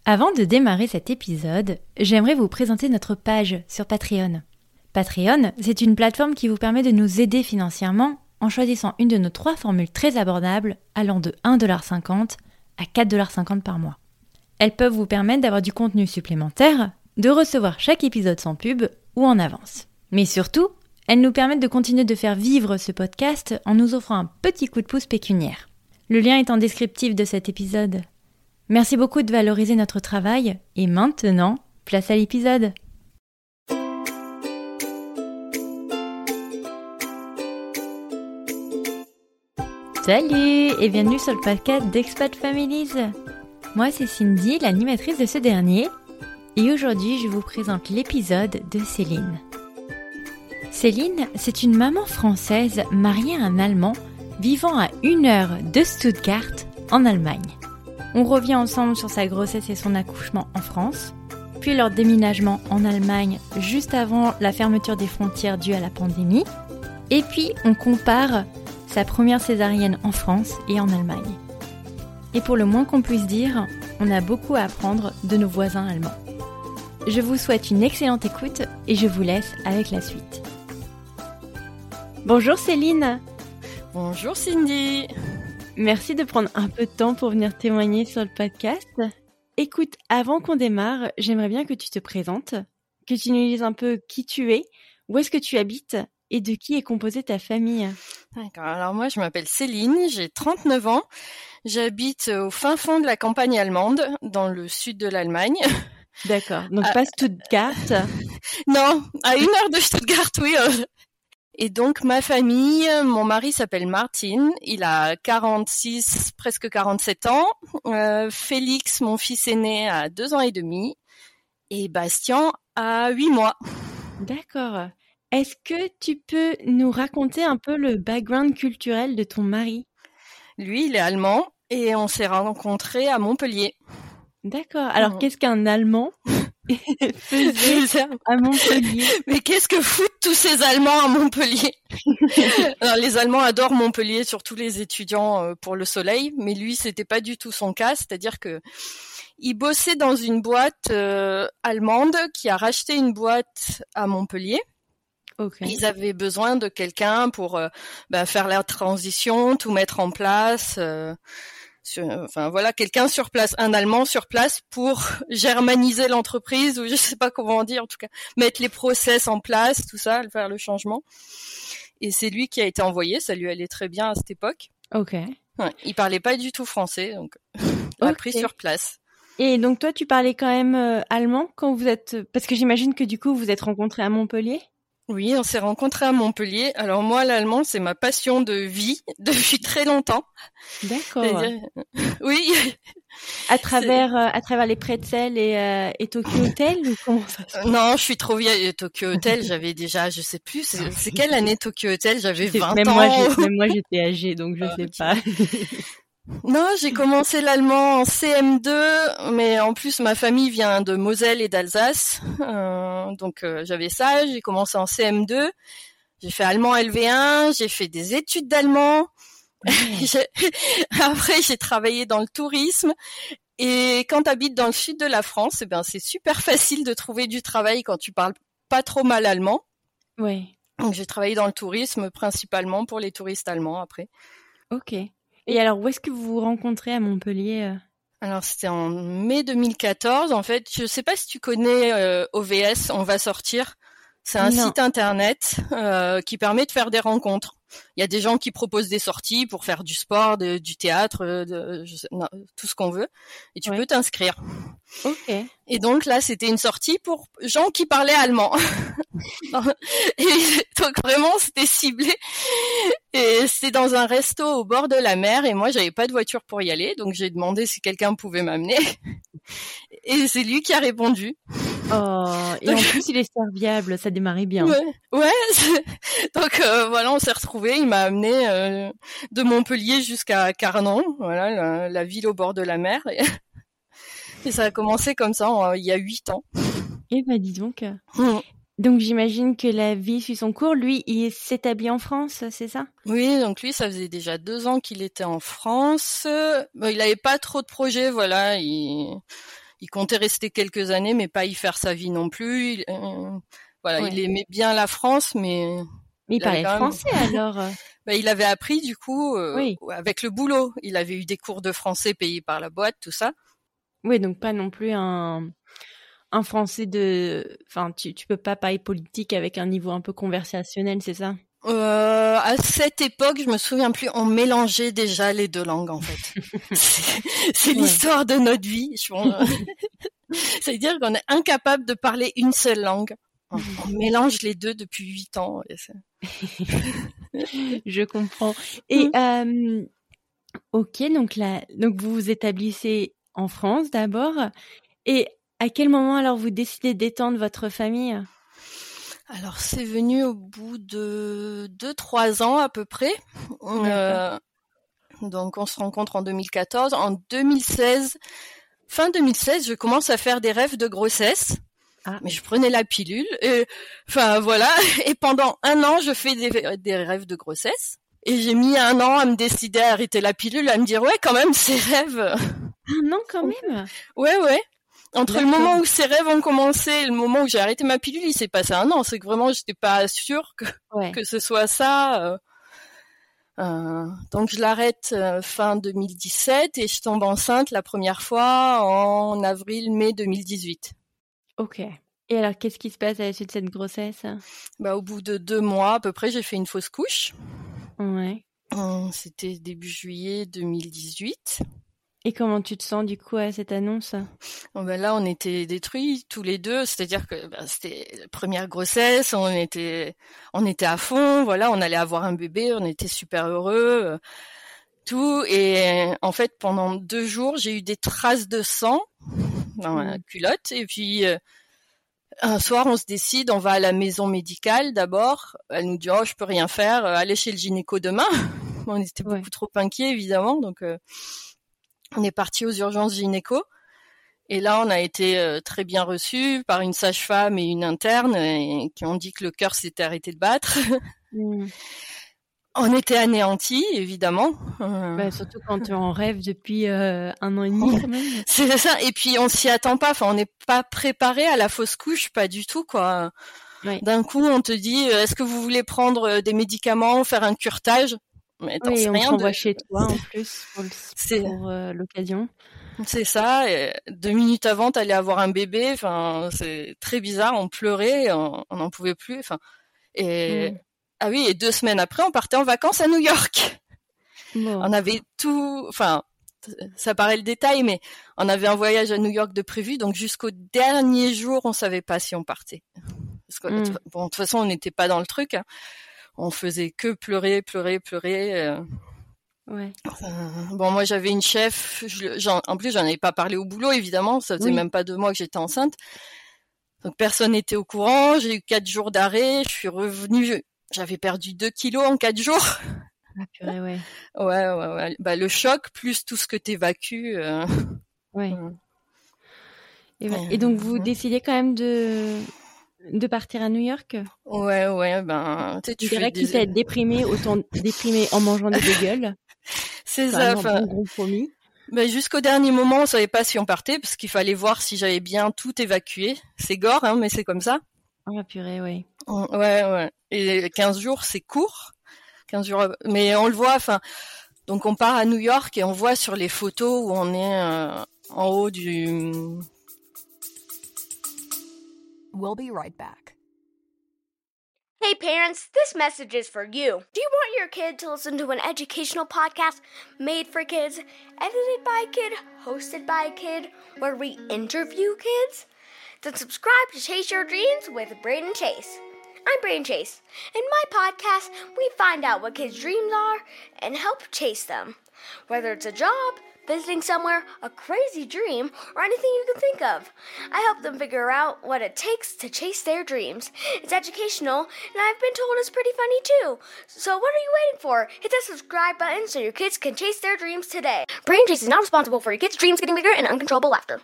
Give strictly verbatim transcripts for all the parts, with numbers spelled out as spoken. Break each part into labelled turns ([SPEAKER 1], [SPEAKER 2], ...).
[SPEAKER 1] Avant de démarrer cet épisode, j'aimerais vous présenter notre page sur Patreon. Patreon, c'est une plateforme qui vous permet de nous aider financièrement en choisissant une de nos trois formules très abordables allant de un dollar cinquante à quatre dollars cinquante par mois. Elles peuvent vous permettre d'avoir du contenu supplémentaire, de recevoir chaque épisode sans pub ou en avance. Mais surtout, elles nous permettent de continuer de faire vivre ce podcast en nous offrant un petit coup de pouce pécuniaire. Le lien est en descriptif de cet épisode. Merci beaucoup de valoriser notre travail et maintenant, place à l'épisode. Salut et bienvenue sur le podcast d'Expat Families. Moi c'est Cindy, l'animatrice de ce dernier, et aujourd'hui je vous présente l'épisode de Céline. Céline, c'est une maman française mariée à un Allemand vivant à une heure de Stuttgart en Allemagne. On revient ensemble sur sa grossesse et son accouchement en France, puis leur déménagement en Allemagne juste avant la fermeture des frontières due à la pandémie, et puis on compare sa première césarienne en France et en Allemagne. Et pour le moins qu'on puisse dire, on a beaucoup à apprendre de nos voisins allemands. Je vous souhaite une excellente écoute et je vous laisse avec la suite. Bonjour Céline.
[SPEAKER 2] Bonjour Cindy.
[SPEAKER 1] Merci de prendre un peu de temps pour venir témoigner sur le podcast. Écoute, avant qu'on démarre, j'aimerais bien que tu te présentes, que tu nous dises un peu qui tu es, où est-ce que tu habites et de qui est composée ta famille.
[SPEAKER 2] D'accord, alors moi je m'appelle Céline, j'ai trente-neuf ans, j'habite au fin fond de la campagne allemande, dans le sud de l'Allemagne.
[SPEAKER 1] D'accord, donc ah, pas Stuttgart.
[SPEAKER 2] Euh, non, à une heure de Stuttgart, oui. Euh. Et donc ma famille, mon mari s'appelle Martin, il a quarante-six, presque quarante-sept ans. Euh, Félix, mon fils aîné, a deux ans et demi. Et Bastien a huit mois.
[SPEAKER 1] D'accord. Est-ce que tu peux nous raconter un peu le background culturel de ton mari ?
[SPEAKER 2] Lui, il est allemand et on s'est rencontrés à Montpellier.
[SPEAKER 1] D'accord. Alors, mmh. qu'est-ce qu'un Allemand faisait à Montpellier ?
[SPEAKER 2] Mais qu'est-ce que foutent tous ces Allemands à Montpellier ? Alors, les Allemands adorent Montpellier, surtout les étudiants pour le soleil, mais lui, c'était pas du tout son cas. C'est-à-dire que il bossait dans une boîte euh, allemande qui a racheté une boîte à Montpellier. Okay. Ils avaient besoin de quelqu'un pour euh, bah, faire la transition, tout mettre en place. Euh, sur, enfin voilà, quelqu'un sur place, un Allemand sur place pour germaniser l'entreprise, ou je sais pas comment dire, en tout cas mettre les process en place, tout ça, faire le changement. Et c'est lui qui a été envoyé. Ça lui allait très bien à cette époque.
[SPEAKER 1] Ok.
[SPEAKER 2] Ouais, il parlait pas du tout français, donc il a appris sur place.
[SPEAKER 1] Et donc toi, tu parlais quand même euh, allemand quand vous êtes, parce que j'imagine que du coup vous êtes rencontrés à Montpellier.
[SPEAKER 2] Oui, on s'est rencontrés à Montpellier. Alors moi, l'allemand, c'est ma passion de vie depuis très longtemps.
[SPEAKER 1] D'accord.
[SPEAKER 2] C'est-à-dire... Oui.
[SPEAKER 1] À travers, euh, à travers les pretzels et, euh, et Tokyo Hotel ou comment ça se passe ?
[SPEAKER 2] Non, je suis trop vieille. Tokyo Hotel, j'avais déjà, je sais plus, c'est, c'est quelle année Tokyo Hotel ? J'avais vingt
[SPEAKER 1] même
[SPEAKER 2] ans.
[SPEAKER 1] Moi, j'ai, même moi, j'étais âgée, donc je
[SPEAKER 2] ah,
[SPEAKER 1] sais
[SPEAKER 2] okay.
[SPEAKER 1] pas.
[SPEAKER 2] Non, j'ai commencé l'allemand en C M deux, mais en plus ma famille vient de Moselle et d'Alsace, euh, donc euh, j'avais ça. J'ai commencé en C M deux, j'ai fait allemand L V un, j'ai fait des études d'allemand. j'ai... Après, j'ai travaillé dans le tourisme. Et quand tu habites dans le sud de la France, eh ben c'est super facile de trouver du travail quand tu parles pas trop mal allemand.
[SPEAKER 1] Oui.
[SPEAKER 2] Donc j'ai travaillé dans le tourisme principalement pour les touristes allemands après.
[SPEAKER 1] Ok. Et alors, où est-ce que vous vous rencontrez à Montpellier ?
[SPEAKER 2] Alors, c'était en mai deux mille quatorze. En fait, je sais pas si tu connais euh, O V S, On va sortir. C'est un non. site internet euh, qui permet de faire des rencontres. Il y a des gens qui proposent des sorties pour faire du sport, de, du théâtre, de, je sais, non, tout ce qu'on veut. Et tu ouais. peux t'inscrire.
[SPEAKER 1] Ok.
[SPEAKER 2] Et donc là, c'était une sortie pour gens qui parlaient allemand. Et donc vraiment, c'était ciblé. Et c'était dans un resto au bord de la mer. Et moi, j'avais pas de voiture pour y aller. Donc j'ai demandé si quelqu'un pouvait m'amener. Et c'est lui qui a répondu.
[SPEAKER 1] Oh, et donc, en plus, il est serviable. Ça démarrait bien.
[SPEAKER 2] Ouais. ouais donc euh, voilà, on s'est retrouvés. Il m'a amené euh, de Montpellier jusqu'à Carnon. Voilà, la, la ville au bord de la mer. Et... Et ça a commencé comme ça, en, il y a huit ans.
[SPEAKER 1] Eh ben, dis donc.
[SPEAKER 2] Mmh.
[SPEAKER 1] Donc, j'imagine que la vie suit son cours. Lui, il s'établit en France, c'est ça ?
[SPEAKER 2] Oui, donc lui, ça faisait déjà deux ans qu'il était en France. Bon, il avait pas trop de projets, voilà. Il, il comptait rester quelques années, mais pas y faire sa vie non plus. Il, euh, voilà, ouais. il aimait bien la France, mais...
[SPEAKER 1] Mais il, il parlait français même... alors
[SPEAKER 2] bah, il avait appris du coup euh,
[SPEAKER 1] oui.
[SPEAKER 2] avec le boulot. Il avait eu des cours de français payés par la boîte, tout ça.
[SPEAKER 1] Oui, donc pas non plus un, un français de... Enfin, tu, tu peux pas parler politique avec un niveau un peu conversationnel, c'est ça?
[SPEAKER 2] Euh, à cette époque, je me souviens plus, on mélangeait déjà les deux langues en fait. c'est c'est ouais. l'histoire de notre vie. Je pense. C'est-à-dire qu'on est incapable de parler une seule langue. On, on mélange les deux depuis huit ans.
[SPEAKER 1] Je comprends. Et euh, ok, donc là, donc vous vous établissez en France d'abord. Et à quel moment alors vous décidez d'étendre votre famille?
[SPEAKER 2] Alors c'est venu au bout de deux trois ans à peu près. Euh, donc on se rencontre en deux mille quatorze. En deux mille seize, fin deux mille seize, je commence à faire des rêves de grossesse. Ah. Mais je prenais la pilule. Et, enfin voilà. Et pendant un an, je fais des, des rêves de grossesse. Et j'ai mis un an à me décider à arrêter la pilule, à me dire ouais quand même ces rêves.
[SPEAKER 1] Un an quand même.
[SPEAKER 2] Ouais ouais. Entre D'accord. le moment où ces rêves ont commencé et le moment où j'ai arrêté ma pilule, il s'est passé un an. C'est que vraiment, j'étais pas sûre que, ouais. que ce soit ça. Euh, euh, donc, je l'arrête euh, fin deux mille dix-sept et je tombe enceinte la première fois en avril-mai deux mille dix-huit.
[SPEAKER 1] Ok. Et alors, qu'est-ce qui se passe à la suite de cette grossesse?
[SPEAKER 2] Bah, au bout de deux mois à peu près, j'ai fait une fausse couche.
[SPEAKER 1] Ouais.
[SPEAKER 2] Euh, c'était début juillet deux mille dix-huit.
[SPEAKER 1] Et comment tu te sens du coup à cette annonce?
[SPEAKER 2] Oh ben là, on était détruits tous les deux. C'est-à-dire que ben, c'était la première grossesse, on était, on était à fond. Voilà, on allait avoir un bébé, on était super heureux, euh, tout. Et en fait, pendant deux jours, j'ai eu des traces de sang dans mmh. la culotte. Et puis euh, un soir, on se décide, on va à la maison médicale d'abord. Elle nous dit oh, je peux rien faire, allez chez le gynéco demain. On était beaucoup ouais. trop inquiets évidemment, donc. Euh, On est parti aux urgences gynéco et là on a été euh, très bien reçus par une sage-femme et une interne et, qui ont dit que le cœur s'était arrêté de battre. Mmh. On était anéantis évidemment. Euh...
[SPEAKER 1] Bah, surtout quand tu es en rêve depuis euh, un an et demi quand même.
[SPEAKER 2] C'est ça et puis on s'y attend pas. Enfin on n'est pas préparé à la fausse couche, pas du tout quoi. Ouais. D'un coup on te dit est-ce que vous voulez prendre des médicaments, faire un curetage?
[SPEAKER 1] Mais oui, on rien t'envoie de... chez toi en plus pour, le... c'est... pour euh, l'occasion.
[SPEAKER 2] C'est ça. Et deux minutes avant, t'allais avoir un bébé. Enfin, c'est très bizarre. On pleurait, on n'en pouvait plus. Enfin, et mm. ah oui. Et deux semaines après, on partait en vacances à New York. Bon. On avait tout. Enfin, ça paraît le détail, mais on avait un voyage à New York de prévu. Donc jusqu'au dernier jour, on savait pas si on partait. Parce que mm. bon, de toute façon, on n'était pas dans le truc. Hein. On faisait que pleurer, pleurer, pleurer. Euh...
[SPEAKER 1] Ouais.
[SPEAKER 2] Euh, bon, moi, j'avais une chef. Je, j'en, en plus, j'en avais pas parlé au boulot, évidemment. Ça faisait oui. même pas deux mois que j'étais enceinte. Donc, personne n'était au courant. J'ai eu quatre jours d'arrêt. Je suis revenue. J'avais perdu deux kilos en quatre jours.
[SPEAKER 1] Ah, purée, ouais.
[SPEAKER 2] ouais, ouais, ouais. Bah, le choc, plus tout ce que t'évacues. Euh...
[SPEAKER 1] Ouais. Euh... Et, ouais. Et donc, vous décidez quand même de... de partir à New York?
[SPEAKER 2] Ouais, ouais, ben... Tu,
[SPEAKER 1] tu dirais des... quitte à être déprimé, autant déprimé en mangeant des gueules.
[SPEAKER 2] C'est ça, enfin...
[SPEAKER 1] un bon compromis.
[SPEAKER 2] Ben, jusqu'au dernier moment, on savait pas si on partait, parce qu'il fallait voir si j'avais bien tout évacué. C'est gore, hein, mais c'est comme ça.
[SPEAKER 1] Ah, purée, ouais.
[SPEAKER 2] Ouais, ouais. Et quinze jours, c'est court. quinze jours, mais on le voit, enfin... Donc, on part à New York et on voit sur les photos où on est euh, en haut du...
[SPEAKER 3] We'll be right back. Hey parents, this message is for you. Do you want your kid to listen to an educational podcast made for kids, edited by a kid, hosted by a kid, where we interview kids? Then subscribe to Chase Your Dreams with Braden Chase. I'm Braden Chase. In my podcast, we find out what kids' dreams are and help chase them. Whether it's a job, visiting somewhere, a crazy dream, or anything you can think of. I help them figure out what it takes to chase their dreams. It's educational, and I've been told it's pretty funny too. So what are you waiting for? Hit that subscribe button so your kids can chase their dreams today. Brain Chase is not responsible for your kids' dreams getting bigger and uncontrollable laughter.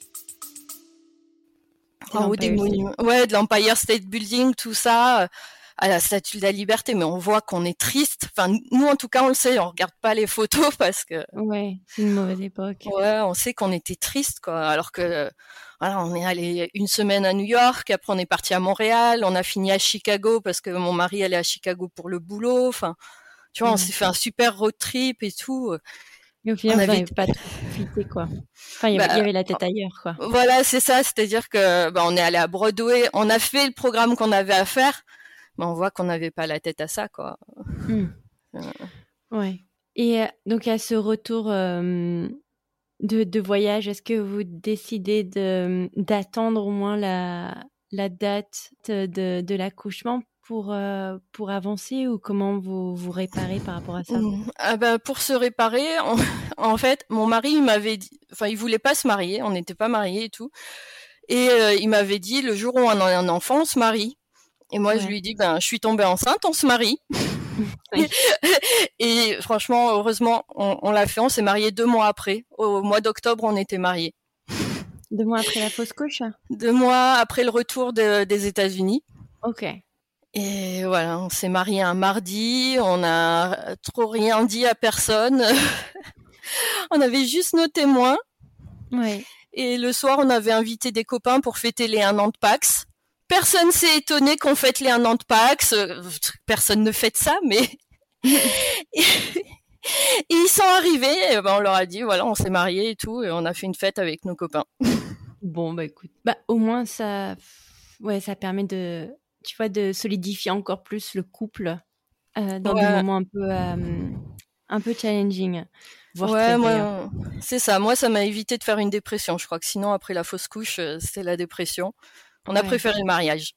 [SPEAKER 2] En haut des monuments. Ouais, de l'Empire State Building, tout ça. à la Statue de la Liberté, mais on voit qu'on est triste. Enfin, nous, en tout cas, on le sait, on regarde pas les photos parce que...
[SPEAKER 1] Ouais, c'est une mauvaise époque.
[SPEAKER 2] Ouais, on sait qu'on était triste, quoi. Alors que, voilà, on est allé une semaine à New York, après on est parti à Montréal, on a fini à Chicago parce que mon mari allait à Chicago pour le boulot. Enfin, tu vois,
[SPEAKER 1] Ouais.
[SPEAKER 2] on s'est fait un super road trip et tout.
[SPEAKER 1] Et au final,
[SPEAKER 2] On
[SPEAKER 1] vous
[SPEAKER 2] avait-
[SPEAKER 1] n'avez pas trop profité, quoi. Enfin, il y avait,
[SPEAKER 2] Bah,
[SPEAKER 1] il y avait la tête ailleurs, quoi.
[SPEAKER 2] Voilà, c'est ça. C'est-à-dire que, bah, on est allé à Broadway, on a fait le programme qu'on avait à faire, mais on voit qu'on n'avait pas la tête à ça, quoi.
[SPEAKER 1] Hmm.
[SPEAKER 2] Euh.
[SPEAKER 1] Ouais. Et euh, donc, à ce retour euh, de, de voyage, est-ce que vous décidez de, d'attendre au moins la, la date de, de l'accouchement pour, euh, pour avancer, ou comment vous vous réparez par rapport à ça?
[SPEAKER 2] Mm. Ah bah, pour se réparer, en, en fait, mon mari, il m'avait dit, enfin, il voulait pas se marier, on n'était pas mariés et tout. Et euh, il m'avait dit, le jour où on a un enfant, on se marie. Et moi,
[SPEAKER 1] Ouais.
[SPEAKER 2] je lui ai dit, ben, je suis tombée enceinte, on se marie.
[SPEAKER 1] Oui.
[SPEAKER 2] Et franchement, heureusement, on, on l'a fait, on s'est mariés deux mois après. Au mois d'octobre, on était mariés.
[SPEAKER 1] Deux mois après la fausse couche?
[SPEAKER 2] Deux mois après le retour de- des États-Unis.
[SPEAKER 1] Ok.
[SPEAKER 2] Et voilà, on s'est mariés un mardi, on n'a trop rien dit à personne. On avait juste nos témoins.
[SPEAKER 1] Ouais.
[SPEAKER 2] Et le soir, on avait invité des copains pour fêter les un an de Pax. Personne s'est étonné qu'on fête les un an de Pax. Euh, Personne ne fête ça, mais... et ils sont arrivés, et ben on leur a dit, voilà, on s'est mariés et tout, et on a fait une fête avec nos copains.
[SPEAKER 1] Bon, bah écoute. Bah, au moins, ça, ouais, ça permet de, tu vois, de solidifier encore plus le couple euh, dans des
[SPEAKER 2] Ouais.
[SPEAKER 1] moments un peu, euh, un peu challenging. Voire
[SPEAKER 2] Ouais,
[SPEAKER 1] stress, d'ailleurs.
[SPEAKER 2] moi, c'est ça. Moi, ça m'a évité de faire une dépression. Je crois que sinon, après la fausse couche, euh, c'était la dépression. On a
[SPEAKER 1] Ouais.
[SPEAKER 2] préféré le mariage.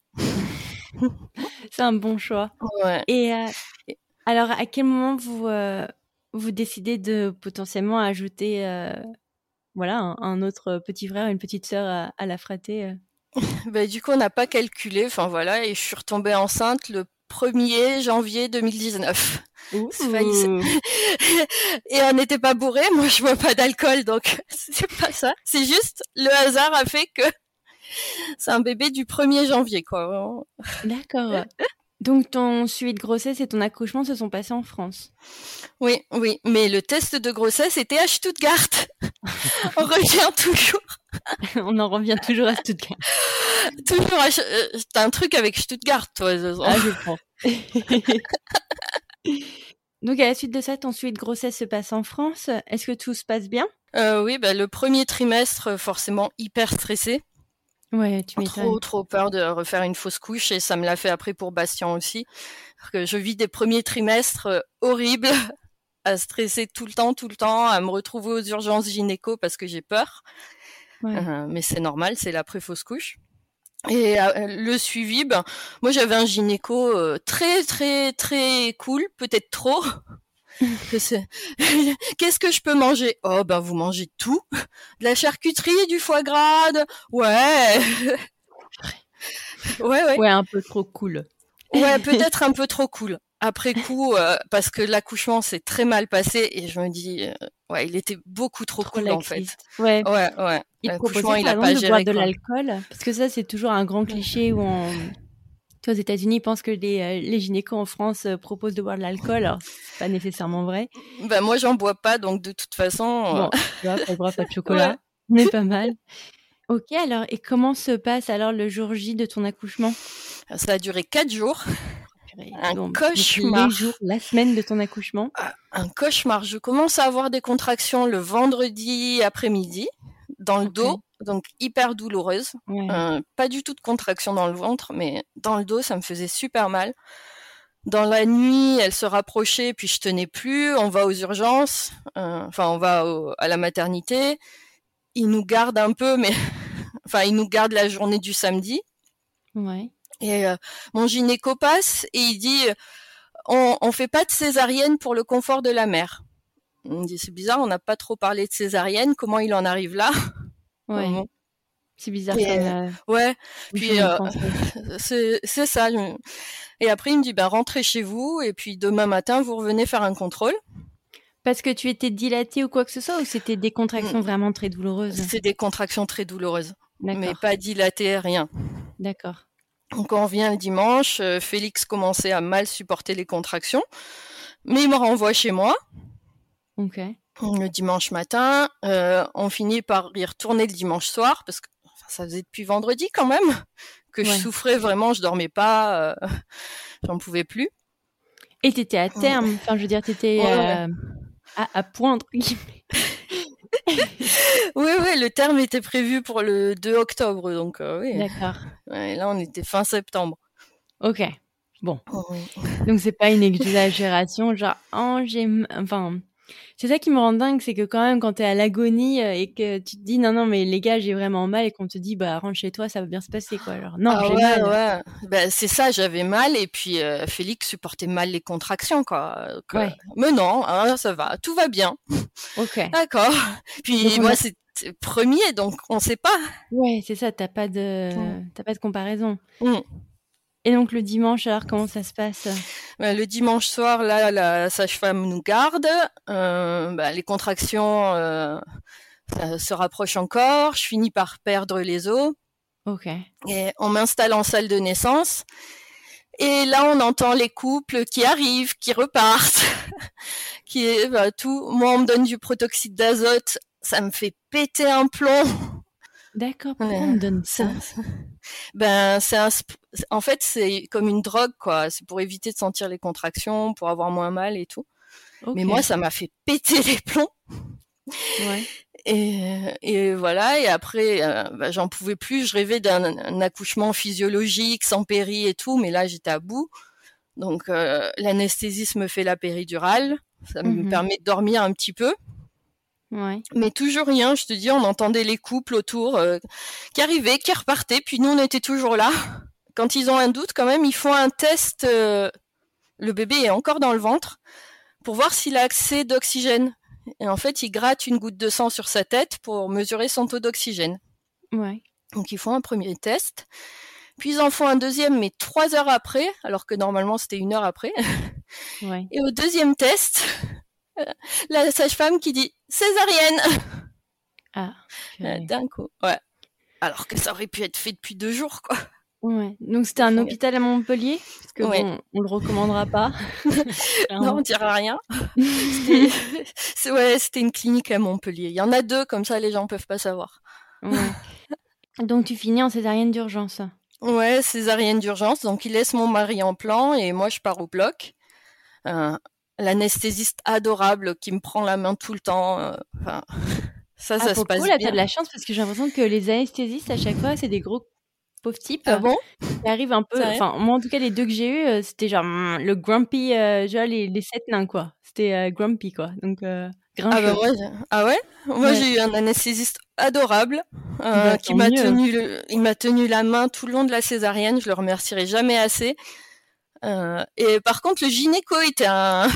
[SPEAKER 1] C'est un bon choix.
[SPEAKER 2] Ouais.
[SPEAKER 1] Et euh, alors, à quel moment vous, euh, vous décidez de potentiellement ajouter, euh, voilà, un, un autre petit frère, une petite sœur à, à la fratrie euh
[SPEAKER 2] Bah, du coup, on n'a pas calculé. Enfin, voilà. Et je suis retombée enceinte le premier janvier deux mille dix-neuf.
[SPEAKER 1] Ouh.
[SPEAKER 2] C'est failli. Et on n'était pas bourrés. Moi, je bois pas d'alcool, donc c'est pas ça. C'est juste le hasard a fait que c'est un bébé du premier janvier, quoi.
[SPEAKER 1] D'accord. Donc, ton suivi de grossesse et ton accouchement se sont passés en France.
[SPEAKER 2] Oui, oui. Mais le test de grossesse était à Stuttgart. On revient toujours.
[SPEAKER 1] On en revient toujours à Stuttgart.
[SPEAKER 2] Toujours à... euh, T'as un truc avec Stuttgart, toi.
[SPEAKER 1] Ah, je prends. Donc, à la suite de ça, ton suivi de grossesse se passe en France. Est-ce que tout se passe bien?
[SPEAKER 2] Euh, oui, bah, le premier trimestre, forcément hyper stressé.
[SPEAKER 1] Ouais, tu m'étonnes.
[SPEAKER 2] Trop, trop peur de refaire une fausse couche, et ça me l'a fait après pour Bastien aussi. Alors que je vis des premiers trimestres euh, horribles, à stresser tout le temps, tout le temps, à me retrouver aux urgences gynéco parce que j'ai peur.
[SPEAKER 1] Ouais.
[SPEAKER 2] Euh, mais c'est normal, c'est l'après fausse couche. Et euh, le suivi, ben, moi j'avais un gynéco euh, très, très, très cool, peut-être trop. Qu'est-ce que je peux manger? Oh, ben vous mangez tout. De la charcuterie, du foie gras, de... ouais. ouais, ouais.
[SPEAKER 1] Ouais, un peu trop cool.
[SPEAKER 2] Ouais, peut-être un peu trop cool. Après coup, euh, parce que l'accouchement s'est très mal passé, et je me dis, euh, ouais, il était beaucoup trop,
[SPEAKER 1] Trop
[SPEAKER 2] cool
[SPEAKER 1] laxiste.
[SPEAKER 2] en fait.
[SPEAKER 1] Ouais.
[SPEAKER 2] Ouais, ouais.
[SPEAKER 1] Il te
[SPEAKER 2] L'accouchement,
[SPEAKER 1] proposait
[SPEAKER 2] il
[SPEAKER 1] par
[SPEAKER 2] a
[SPEAKER 1] exemple
[SPEAKER 2] pas
[SPEAKER 1] de
[SPEAKER 2] géré,
[SPEAKER 1] boire de
[SPEAKER 2] quoi.
[SPEAKER 1] l'alcool, parce que ça, c'est toujours un grand cliché où on... Tu vois, aux États-Unis, ils pensent que les, euh, les gynécos en France euh, proposent de boire de l'alcool. Alors, c'est pas nécessairement vrai.
[SPEAKER 2] Ben moi, j'en bois pas, donc de toute façon.
[SPEAKER 1] Bon,
[SPEAKER 2] euh,
[SPEAKER 1] tu vois, pas de droit, pas de chocolat.
[SPEAKER 2] Ouais.
[SPEAKER 1] On est pas mal. Ok, alors, et comment se passe alors le jour J de ton accouchement?
[SPEAKER 2] Ça a duré quatre jours.
[SPEAKER 1] Purée.
[SPEAKER 2] Un
[SPEAKER 1] Bon, donc,
[SPEAKER 2] cauchemar.
[SPEAKER 1] les jours, la semaine de ton accouchement.
[SPEAKER 2] Un cauchemar. Je commence à avoir des contractions le vendredi après-midi, dans le
[SPEAKER 1] Ok.
[SPEAKER 2] dos, donc hyper douloureuse.
[SPEAKER 1] Ouais.
[SPEAKER 2] Euh, pas du tout de contractions dans le ventre, mais dans le dos, ça me faisait super mal. Dans la nuit, elle se rapprochait, puis je tenais plus. On va aux urgences, euh, enfin on va au, à la maternité. Ils nous gardent un peu, mais enfin ils nous gardent la journée du samedi.
[SPEAKER 1] Ouais.
[SPEAKER 2] Et euh, mon gynéco passe et il dit on, on fait pas de césarienne pour le confort de la mère. On me dit c'est bizarre, on n'a pas trop parlé de césarienne. Comment il en arrive là?
[SPEAKER 1] Ouais.
[SPEAKER 2] Bon.
[SPEAKER 1] C'est bizarre
[SPEAKER 2] Et,
[SPEAKER 1] ça.
[SPEAKER 2] euh,
[SPEAKER 1] me-
[SPEAKER 2] Ouais.
[SPEAKER 1] me
[SPEAKER 2] Puis
[SPEAKER 1] fait
[SPEAKER 2] euh,
[SPEAKER 1] penser.
[SPEAKER 2] c'est c'est ça. Et après il me dit ben rentrez chez vous et puis demain matin vous revenez faire un contrôle.
[SPEAKER 1] Parce que tu étais dilatée ou quoi que ce soit, ou c'était des contractions vraiment très douloureuses?
[SPEAKER 2] C'est des contractions très douloureuses, mais
[SPEAKER 1] D'accord.
[SPEAKER 2] pas dilatées, rien.
[SPEAKER 1] D'accord.
[SPEAKER 2] Donc on revient le dimanche, euh, Félix commençait à mal supporter les contractions, mais il me renvoie chez moi.
[SPEAKER 1] Ok.
[SPEAKER 2] Le dimanche matin, euh, on finit par y retourner le dimanche soir, parce que enfin, ça faisait depuis vendredi quand même, que ouais. je souffrais vraiment, je dormais pas, euh, j'en pouvais plus.
[SPEAKER 1] Et t'étais à terme, enfin ouais. je veux dire, t'étais ouais, euh, ouais. À, à point, entre guillemets.
[SPEAKER 2] oui, oui, le terme était prévu pour le deux octobre, donc euh, oui.
[SPEAKER 1] D'accord.
[SPEAKER 2] Ouais, là, on était fin septembre.
[SPEAKER 1] Ok, bon. Oui. Donc, c'est pas une exagération, genre, oh, j'ai... Enfin, c'est ça qui me rend dingue, c'est que quand même, quand t'es à l'agonie euh, et que tu te dis, non, non, mais les gars, j'ai vraiment mal, et qu'on te dit, bah, rentre chez toi, ça va bien se passer, quoi. Genre, non,
[SPEAKER 2] ah,
[SPEAKER 1] j'ai
[SPEAKER 2] ouais,
[SPEAKER 1] mal.
[SPEAKER 2] Ouais. Ben, c'est ça, j'avais mal, et puis euh, Félix supportait mal les contractions, quoi. Que...
[SPEAKER 1] Ouais.
[SPEAKER 2] Mais non, hein, ça va, tout va bien.
[SPEAKER 1] Ok.
[SPEAKER 2] D'accord. Puis moi, a... c'est premier, donc on sait pas.
[SPEAKER 1] Ouais, c'est ça, t'as pas de, mmh. t'as pas de comparaison.
[SPEAKER 2] Mmh.
[SPEAKER 1] Et donc le dimanche, alors comment ça se passe ?
[SPEAKER 2] Ben, le dimanche soir, là, la sage-femme nous garde. Euh, ben, les contractions euh, ça se rapprochent encore. Je finis par perdre les os.
[SPEAKER 1] Ok.
[SPEAKER 2] Et on m'installe en salle de naissance. Et là, on entend les couples qui arrivent, qui repartent, qui est ben, tout. Moi, on me donne du protoxyde d'azote. Ça me fait péter un plomb.
[SPEAKER 1] D'accord, pourquoi on me donne ça ?
[SPEAKER 2] Ben, c'est un, en fait, c'est comme une drogue, quoi. C'est pour éviter de sentir les contractions, pour avoir moins mal et tout. Okay. Mais moi, ça m'a fait péter les plombs.
[SPEAKER 1] Ouais.
[SPEAKER 2] Et, et voilà. Et après, euh, ben, j'en pouvais plus. Je rêvais d'un un accouchement physiologique, sans péri et tout. Mais là, j'étais à bout. Donc, euh, l'anesthésiste me fait la péridurale. Ça mm-hmm. me permet de dormir un petit peu.
[SPEAKER 1] Ouais.
[SPEAKER 2] Mais toujours rien, je te dis, on entendait les couples autour euh, qui arrivaient, qui repartaient, puis nous on était toujours là. Quand ils ont un doute, quand même, ils font un test, euh, le bébé est encore dans le ventre, pour voir s'il a accès d'oxygène. Et en fait, ils grattent une goutte de sang sur sa tête pour mesurer son taux d'oxygène.
[SPEAKER 1] Ouais.
[SPEAKER 2] Donc ils font un premier test, puis ils en font un deuxième, mais trois heures après, alors que normalement c'était une heure après.
[SPEAKER 1] Ouais.
[SPEAKER 2] Et au deuxième test... la sage-femme qui dit césarienne.
[SPEAKER 1] Ah.
[SPEAKER 2] Euh, d'un coup, ouais. Alors que ça aurait pu être fait depuis deux jours, quoi.
[SPEAKER 1] Ouais. Donc c'était un hôpital à Montpellier, parce que
[SPEAKER 2] ouais.
[SPEAKER 1] bon, on le recommandera pas.
[SPEAKER 2] Non, on dira rien. c'était... C'est, ouais, c'était une clinique à Montpellier. Il y en a deux, comme ça les gens peuvent pas savoir.
[SPEAKER 1] Ouais. Donc tu finis en césarienne d'urgence.
[SPEAKER 2] Ouais, césarienne d'urgence. Donc il laisse mon mari en plan et moi je pars au bloc. Euh, L'anesthésiste adorable qui me prend la main tout le temps. Euh, enfin, ça,
[SPEAKER 1] ah,
[SPEAKER 2] ça se passe
[SPEAKER 1] coup, là,
[SPEAKER 2] bien.
[SPEAKER 1] T'as de la chance parce que j'ai l'impression que les anesthésistes, à chaque fois, c'est des gros pauvres types.
[SPEAKER 2] Ah bon ?
[SPEAKER 1] Qui arrivent un peu. Enfin, moi, en tout cas, les deux que j'ai eus, c'était genre mm, le grumpy, euh, genre les, les sept nains, quoi. C'était euh, grumpy, quoi. Donc, euh, grincheux.
[SPEAKER 2] Ah, bah, moi, j'ai... ah ouais ? Moi, ouais. J'ai eu un anesthésiste adorable euh,
[SPEAKER 1] bah,
[SPEAKER 2] qui m'a
[SPEAKER 1] mieux.
[SPEAKER 2] tenu, le... il m'a tenu la main tout le long de la césarienne. Je le remercierai jamais assez. Euh, et par contre, le gynéco était un...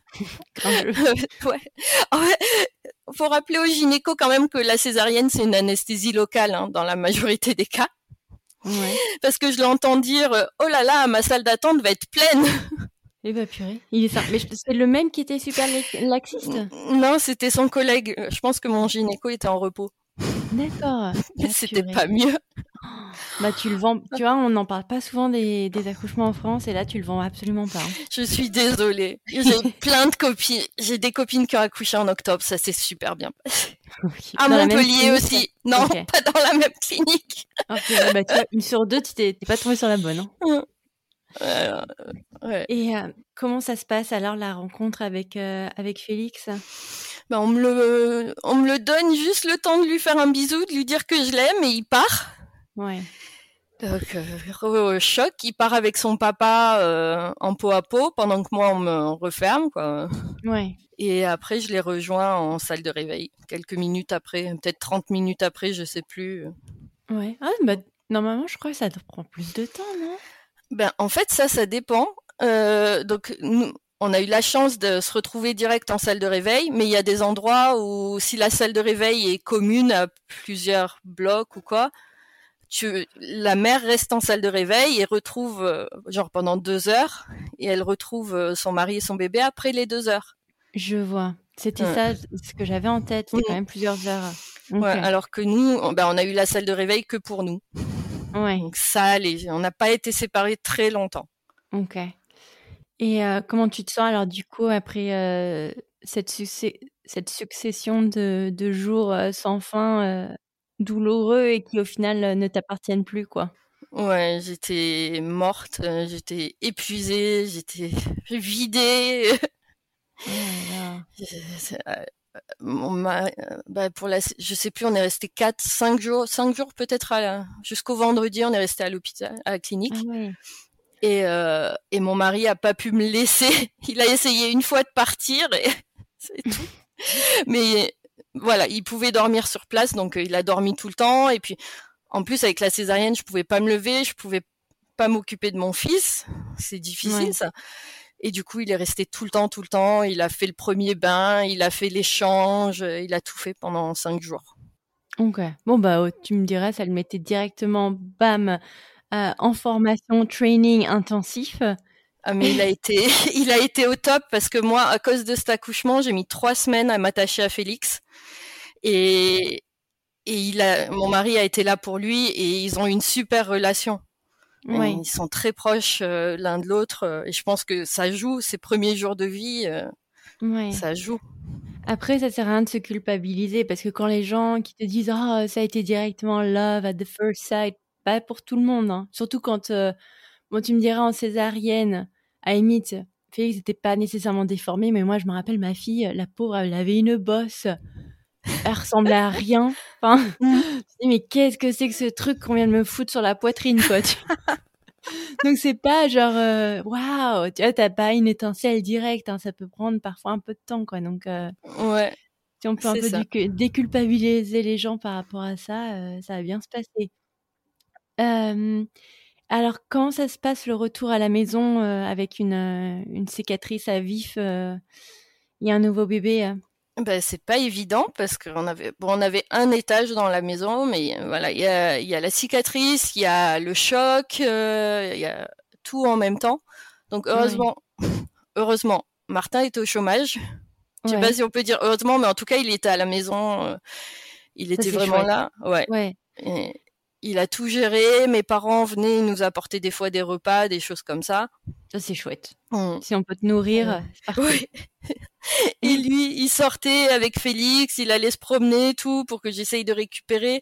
[SPEAKER 2] ouais. ouais. Faut rappeler au gynéco quand même que la césarienne c'est une anesthésie locale hein, dans la majorité des cas.
[SPEAKER 1] Ouais.
[SPEAKER 2] Parce que je l'entends dire oh là là ma salle d'attente va être pleine.
[SPEAKER 1] Eh bah purée. Il est simple. Mais c'est le même qui était super laxiste ?
[SPEAKER 2] Non, c'était son collègue. Je pense que mon gynéco était en repos.
[SPEAKER 1] D'accord.
[SPEAKER 2] Ah, c'était purée. Pas mieux.
[SPEAKER 1] Bah tu le vends, tu vois, on n'en parle pas souvent des, des accouchements en France et là tu le vends absolument pas. Hein.
[SPEAKER 2] Je suis désolée. J'ai plein de copines, j'ai des copines qui ont accouché en octobre, ça s'est super bien passé. Okay. À dans Montpellier aussi. Non, okay. Pas dans la même clinique.
[SPEAKER 1] Okay, bah, tu vois, une sur deux, tu t'es, t'es pas tombée sur la bonne. Hein.
[SPEAKER 2] Euh, ouais.
[SPEAKER 1] Et euh, comment ça se passe alors la rencontre avec euh, avec Félix ?
[SPEAKER 2] Ben, on me le, on me le donne juste le temps de lui faire un bisou, de lui dire que je l'aime et il part.
[SPEAKER 1] Ouais.
[SPEAKER 2] Donc, euh, choc, il part avec son papa euh, en peau à peau pendant que moi on me referme, quoi.
[SPEAKER 1] Ouais.
[SPEAKER 2] Et après, je les rejoins en salle de réveil, quelques minutes après, peut-être trente minutes après, je sais plus.
[SPEAKER 1] Ouais. Ah, bah, normalement, je crois que ça te prend plus de temps, non ?
[SPEAKER 2] Ben, en fait, ça, ça dépend. Euh, donc, nous, on a eu la chance de se retrouver direct en salle de réveil, mais il y a des endroits où, si la salle de réveil est commune à plusieurs blocs ou quoi, tu, la mère reste en salle de réveil et retrouve, euh, genre pendant deux heures, et elle retrouve euh, son mari et son bébé après les deux heures.
[SPEAKER 1] Je vois. C'était ouais. ça, ce que j'avais en tête. C'était mmh. quand même plusieurs heures.
[SPEAKER 2] Okay. Ouais, alors que nous, ben, on a eu la salle de réveil que pour nous.
[SPEAKER 1] Ouais.
[SPEAKER 2] Donc ça allait. On n'a pas été séparés très longtemps.
[SPEAKER 1] Ok. Et euh, comment tu te sens alors du coup après euh, cette, succès- cette succession de, de jours euh, sans fin euh, douloureux et qui au final euh, ne t'appartiennent plus, quoi.
[SPEAKER 2] Ouais, j'étais morte, euh, j'étais épuisée, j'étais vidée.
[SPEAKER 1] Oh là là.
[SPEAKER 2] C'est- euh, mon mari- euh, bah, pour la, je sais plus, on est resté quatre, cinq jours, cinq jours peut-être à la- jusqu'au vendredi, on est resté à l'hôpital, à la
[SPEAKER 1] Ah
[SPEAKER 2] clinique.
[SPEAKER 1] ouais.
[SPEAKER 2] Et, euh, et mon mari a pas pu me laisser. Il a essayé une fois de partir et c'est tout. Mais voilà, il pouvait dormir sur place, donc euh, il a dormi tout le temps. Et puis, en plus, avec la césarienne, je pouvais pas me lever, je pouvais pas m'occuper de mon fils. C'est difficile,
[SPEAKER 1] Ouais.
[SPEAKER 2] ça. Et du coup, il est resté tout le temps, tout le temps. Il a fait le premier bain, il a fait l'échange, euh, il a tout fait pendant cinq jours.
[SPEAKER 1] Ok. Bon, bah, oh, tu me diras, ça le mettait directement, bam, euh, en formation, training intensif.
[SPEAKER 2] Ah, mais il a été, il a été au top parce que moi, à cause de cet accouchement, j'ai mis trois semaines à m'attacher à Félix. Et, et il a, mon mari a été là pour lui et ils ont une super relation. Et
[SPEAKER 1] Ouais.
[SPEAKER 2] ils sont très proches euh, l'un de l'autre euh, et je pense que ça joue, ces premiers jours de vie, euh,
[SPEAKER 1] Ouais.
[SPEAKER 2] ça joue.
[SPEAKER 1] Après, ça sert à rien de se culpabiliser parce que quand les gens qui te disent ah ça a été directement love at the first sight, pas pour tout le monde, hein. Surtout quand euh, bon tu me diras en césarienne, à la limite, Félix n'était pas nécessairement déformé, mais moi je me rappelle ma fille, la pauvre, elle avait une bosse, elle ressemblait à rien. Enfin, je me dis mais qu'est-ce que c'est que ce truc qu'on vient de me foutre sur la poitrine, quoi. tu- Donc c'est pas genre euh, waouh, tu vois, t'as pas une étincelle directe, hein, ça peut prendre parfois un peu de temps, quoi. Donc euh,
[SPEAKER 2] Ouais,
[SPEAKER 1] si on peut un
[SPEAKER 2] c'est
[SPEAKER 1] peu
[SPEAKER 2] ça.
[SPEAKER 1] du- déculpabiliser les gens par rapport à ça, euh, ça va bien se passer. Euh, alors, comment ça se passe le retour à la maison euh, avec une, euh, une cicatrice à vif euh, Il y a un nouveau bébé euh
[SPEAKER 2] Ben, c'est pas évident parce qu'on avait, bon, on avait un étage dans la maison, mais euh, voilà, il y a, il y a la cicatrice, il y a le choc, euh, il y a tout en même temps. Donc
[SPEAKER 1] Ouais,
[SPEAKER 2] heureusement, heureusement, Martin était au chômage. Je sais pas
[SPEAKER 1] ouais,
[SPEAKER 2] si on peut dire heureusement, mais en tout cas, il était à la maison, euh, il
[SPEAKER 1] ça
[SPEAKER 2] était
[SPEAKER 1] c'est
[SPEAKER 2] vraiment
[SPEAKER 1] chouette.
[SPEAKER 2] là. Ouais.
[SPEAKER 1] Ouais,
[SPEAKER 2] Et il a tout géré. Mes parents venaient nous apporter des fois des repas, des choses comme ça.
[SPEAKER 1] ça c'est chouette.
[SPEAKER 2] On-
[SPEAKER 1] Si on peut te nourrir,
[SPEAKER 2] on-
[SPEAKER 1] c'est parfait.
[SPEAKER 2] Oui. Et lui, il sortait avec Félix, il allait se promener, tout, pour que j'essaye de récupérer.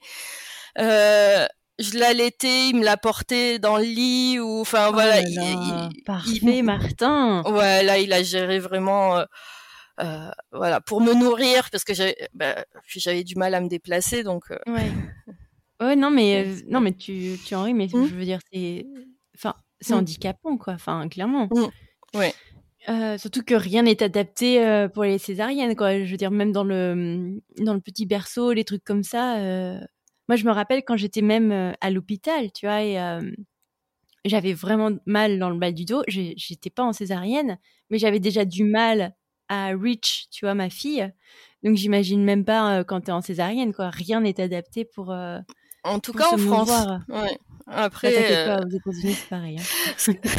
[SPEAKER 2] Euh, je l'allaitais, il me l'apportait dans le lit, ou, enfin,
[SPEAKER 1] Oh
[SPEAKER 2] voilà.
[SPEAKER 1] là
[SPEAKER 2] il-
[SPEAKER 1] là,
[SPEAKER 2] il-
[SPEAKER 1] parfait,
[SPEAKER 2] il-
[SPEAKER 1] Martin.
[SPEAKER 2] ouais, là, il a géré vraiment, euh, euh, voilà, pour me nourrir, parce que j'avais, bah, puis j'avais du mal à me déplacer, donc, euh,
[SPEAKER 1] Ouais. Ouais, non, mais, euh, non,
[SPEAKER 2] ouais.
[SPEAKER 1] mais tu, tu en ris, mais
[SPEAKER 2] Mm,
[SPEAKER 1] je veux dire, c'est, enfin, c'est
[SPEAKER 2] mm,
[SPEAKER 1] handicapant, quoi. Enfin, clairement.
[SPEAKER 2] mm. Ouais.
[SPEAKER 1] Euh, surtout que rien n'est adapté euh, pour les césariennes, quoi. Je veux dire, même dans le, dans le petit berceau, les trucs comme ça. euh, Moi, je me rappelle quand j'étais même euh, à l'hôpital, tu vois, et euh, j'avais vraiment mal dans le bas du dos. J'ai- J'étais pas en césarienne, mais j'avais déjà du mal à reach, tu vois, ma fille. Donc, j'imagine même pas euh, quand t'es en césarienne, quoi. Rien n'est adapté pour, euh,
[SPEAKER 2] En tout
[SPEAKER 1] pour
[SPEAKER 2] cas,
[SPEAKER 1] se
[SPEAKER 2] en France.
[SPEAKER 1] mouvoir.
[SPEAKER 2] Ouais.
[SPEAKER 1] Bah,
[SPEAKER 2] Après,
[SPEAKER 1] t'inquiète
[SPEAKER 2] euh,
[SPEAKER 1] pas, aux États-Unis, c'est pareil, hein.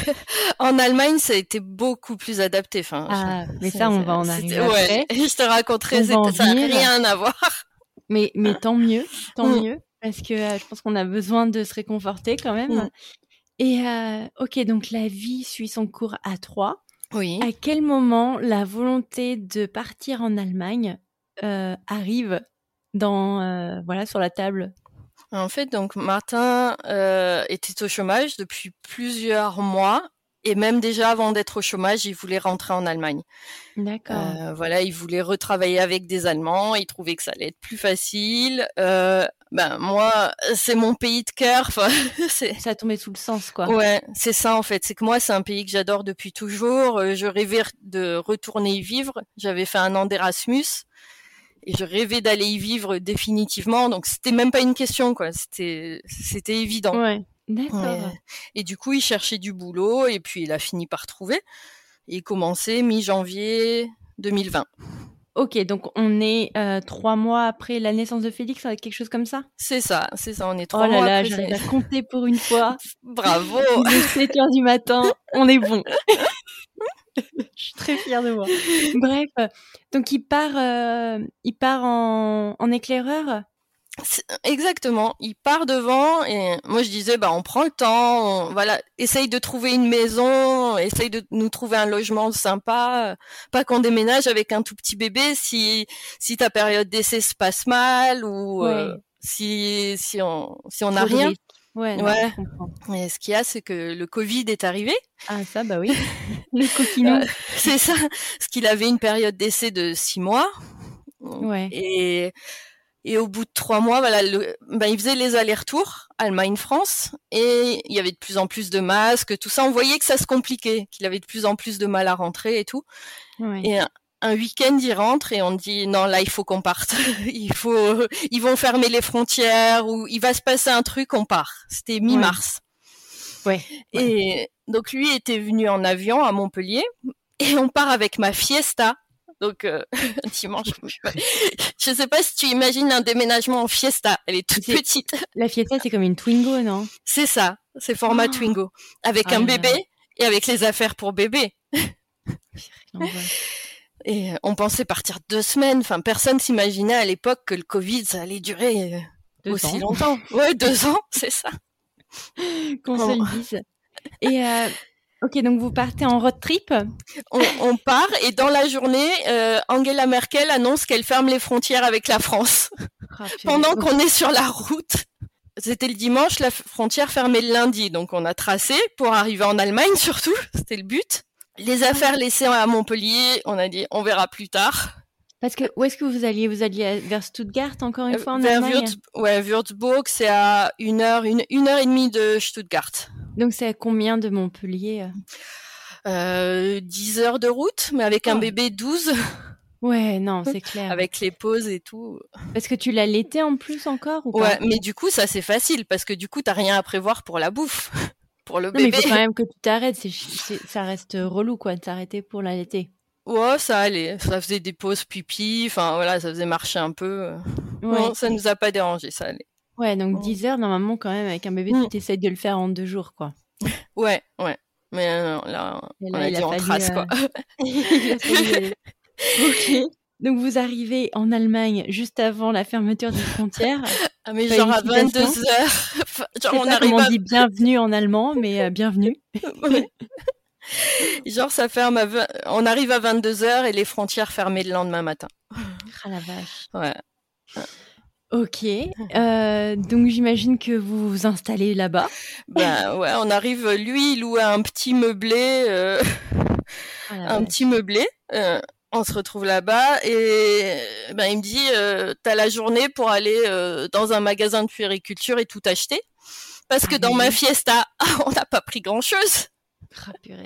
[SPEAKER 2] en Allemagne, ça a été beaucoup plus adapté. Enfin, je-
[SPEAKER 1] Ah, mais
[SPEAKER 2] c'est-
[SPEAKER 1] ça, on
[SPEAKER 2] c'est-
[SPEAKER 1] va en
[SPEAKER 2] c'était,
[SPEAKER 1] arriver
[SPEAKER 2] ouais,
[SPEAKER 1] après.
[SPEAKER 2] je te raconterai,
[SPEAKER 1] On va en
[SPEAKER 2] c'était- ça n'a
[SPEAKER 1] venir.
[SPEAKER 2] rien à voir.
[SPEAKER 1] Mais, mais tant mieux, tant
[SPEAKER 2] Mm,
[SPEAKER 1] mieux, parce que euh, je pense qu'on a besoin de se réconforter quand même.
[SPEAKER 2] mm.
[SPEAKER 1] Et euh, ok, donc la vie suit son cours à trois.
[SPEAKER 2] Oui.
[SPEAKER 1] À quel moment la volonté de partir en Allemagne euh, arrive dans euh, voilà sur la table?
[SPEAKER 2] En fait, donc Martin euh, était au chômage depuis plusieurs mois et même déjà avant d'être au chômage, il voulait rentrer en Allemagne.
[SPEAKER 1] D'accord.
[SPEAKER 2] Euh, voilà, il voulait retravailler avec des Allemands, il trouvait que ça allait être plus facile. Euh, ben moi, c'est mon pays de cœur. Enfin, c'est
[SPEAKER 1] Ça a tombé sous le sens, quoi.
[SPEAKER 2] ouais, c'est ça en fait. C'est que moi, c'est un pays que j'adore depuis toujours. Euh, Je rêvais de retourner y vivre. J'avais fait un an d'Erasmus. Et je rêvais d'aller y vivre définitivement, donc c'était même pas une question, quoi. C'était, c'était évident.
[SPEAKER 1] Ouais, d'accord.
[SPEAKER 2] Et, et du coup, il cherchait du boulot, et puis il a fini par trouver. Et il commençait mi-janvier deux mille vingt.
[SPEAKER 1] Ok, donc on est euh, trois mois après la naissance de Félix, avec quelque chose comme ça?
[SPEAKER 2] C'est ça, c'est ça. On est
[SPEAKER 1] Oh
[SPEAKER 2] trois
[SPEAKER 1] là
[SPEAKER 2] mois
[SPEAKER 1] là,
[SPEAKER 2] après.
[SPEAKER 1] j'arrive à compter pour une fois.
[SPEAKER 2] Bravo.
[SPEAKER 1] Il est sept heures du matin, on est bon. Je suis très fière de moi. Bref, donc il part, euh, il part en, en éclaireur.
[SPEAKER 2] C'est- Exactement, il part devant et moi je disais bah on prend le temps, on, voilà, essaye de trouver une maison, essaye de nous trouver un logement sympa, euh, pas qu'on déménage avec un tout petit bébé si si ta période d'essai se passe mal ou euh,
[SPEAKER 1] Ouais,
[SPEAKER 2] si si on si on n'a
[SPEAKER 1] trop de
[SPEAKER 2] rien.
[SPEAKER 1] risques. Ouais, non, je
[SPEAKER 2] Ouais.
[SPEAKER 1] comprends.
[SPEAKER 2] Et ce qu'il y a c'est que le Covid est arrivé.
[SPEAKER 1] Ah ça, bah oui. Le
[SPEAKER 2] Euh,
[SPEAKER 1] coquinou.
[SPEAKER 2] c'est ça, parce qu'il avait une période d'essai de six mois
[SPEAKER 1] Ouais,
[SPEAKER 2] et Et au bout de trois mois, voilà, le, ben, il faisait les allers-retours, Allemagne-France, et il y avait de plus en plus de masques, tout ça. On voyait que ça se compliquait, qu'il avait de plus en plus de mal à rentrer et tout.
[SPEAKER 1] ouais,
[SPEAKER 2] Et un, un week-end, il rentre et on dit non, là, il faut qu'on parte. il faut, ils vont fermer les frontières ou il va se passer un truc, on part. C'était
[SPEAKER 1] ouais,
[SPEAKER 2] mi-mars.
[SPEAKER 1] ouais, ouais.
[SPEAKER 2] Et donc lui était venu en avion à Montpellier et on part avec ma fiesta. Donc euh, dimanche, je sais pas si tu imagines un déménagement en fiesta. Elle est toute
[SPEAKER 1] C'est-
[SPEAKER 2] petite.
[SPEAKER 1] La Fiesta, c'est comme une Twingo, non?
[SPEAKER 2] C'est ça, c'est format
[SPEAKER 1] Oh,
[SPEAKER 2] Twingo, avec
[SPEAKER 1] ah
[SPEAKER 2] un
[SPEAKER 1] là
[SPEAKER 2] bébé
[SPEAKER 1] là,
[SPEAKER 2] et avec les affaires pour bébé.
[SPEAKER 1] l'angoisse.
[SPEAKER 2] Et on pensait partir deux semaines. Enfin, personne s'imaginait à l'époque que le Covid ça allait durer euh,
[SPEAKER 1] Deux
[SPEAKER 2] aussi
[SPEAKER 1] ans,
[SPEAKER 2] longtemps. Ouais, deux ans, c'est ça.
[SPEAKER 1] qu'on se
[SPEAKER 2] On,
[SPEAKER 1] le dise. Et euh, ok, donc vous partez en road trip?
[SPEAKER 2] on, on part et dans la journée, euh, Angela Merkel annonce qu'elle ferme les frontières avec la France.
[SPEAKER 1] Ah, purée.
[SPEAKER 2] Pendant
[SPEAKER 1] Donc,
[SPEAKER 2] qu'on est sur la route, c'était le dimanche, la frontière fermait le lundi, donc on a tracé pour arriver en Allemagne surtout, c'était le but. Les affaires laissées à Montpellier, on a dit on verra plus tard.
[SPEAKER 1] parce que où est-ce que vous alliez? Vous alliez vers Stuttgart encore une
[SPEAKER 2] Euh,
[SPEAKER 1] fois en
[SPEAKER 2] Vers
[SPEAKER 1] Allemagne?
[SPEAKER 2] Würz... ouais, Würzburg, c'est à une heure, une, une heure et demie de Stuttgart.
[SPEAKER 1] Donc c'est à combien de Montpellier?
[SPEAKER 2] Euh, dix heures de route, mais avec un
[SPEAKER 1] Oh.
[SPEAKER 2] bébé douze,
[SPEAKER 1] Ouais, non, c'est clair.
[SPEAKER 2] avec les pauses et tout.
[SPEAKER 1] Parce que tu l'as laité en plus encore ou pas?
[SPEAKER 2] Ouais, mais du coup, ça c'est facile parce que du coup, t'as rien à prévoir pour la bouffe, pour le
[SPEAKER 1] Non, mais il
[SPEAKER 2] bébé.
[SPEAKER 1] faut quand même que tu t'arrêtes. C'est, c'est- ça reste relou, quoi, de s'arrêter pour l'allaiter.
[SPEAKER 2] Ouais, ça allait. Ça faisait des pauses pipi, enfin voilà, ça faisait marcher un peu.
[SPEAKER 1] Ouais.
[SPEAKER 2] Non, ça nous a pas dérangé, ça allait.
[SPEAKER 1] Ouais, donc
[SPEAKER 2] Mm.
[SPEAKER 1] dix heures, normalement, quand même, avec un bébé,
[SPEAKER 2] Mm.
[SPEAKER 1] tu t'essayes de le faire en deux jours, quoi.
[SPEAKER 2] Ouais, ouais. Mais euh, là,
[SPEAKER 1] Et
[SPEAKER 2] on
[SPEAKER 1] là,
[SPEAKER 2] a
[SPEAKER 1] il
[SPEAKER 2] dit
[SPEAKER 1] a
[SPEAKER 2] on
[SPEAKER 1] fallu,
[SPEAKER 2] trace
[SPEAKER 1] euh,
[SPEAKER 2] quoi.
[SPEAKER 1] il a fallu y aller. Ok. Donc vous arrivez en Allemagne juste avant la fermeture des frontières.
[SPEAKER 2] Ah, mais genre à
[SPEAKER 1] Félicitations.
[SPEAKER 2] vingt-deux heures,
[SPEAKER 1] Je
[SPEAKER 2] genre
[SPEAKER 1] sais
[SPEAKER 2] on
[SPEAKER 1] pas
[SPEAKER 2] arrive
[SPEAKER 1] comment on
[SPEAKER 2] à...
[SPEAKER 1] dit bienvenue en allemand, mais euh, bienvenue.
[SPEAKER 2] Ouais. Genre ça ferme à vingt... on arrive à vingt-deux heures et les frontières fermées le lendemain matin.
[SPEAKER 1] Ah la vache.
[SPEAKER 2] Ouais.
[SPEAKER 1] Ok. Euh, donc j'imagine que vous vous installez là-bas.
[SPEAKER 2] Ben ouais, on arrive, lui il loue un petit meublé, euh,
[SPEAKER 1] Ah la
[SPEAKER 2] un
[SPEAKER 1] vache.
[SPEAKER 2] petit meublé. Euh, on se retrouve là-bas et ben il me dit euh, t'as la journée pour aller euh, dans un magasin de puériculture et tout acheter parce que
[SPEAKER 1] Ah
[SPEAKER 2] dans
[SPEAKER 1] oui.
[SPEAKER 2] ma fiesta on n'a pas pris grand chose.
[SPEAKER 1] Ah, purée.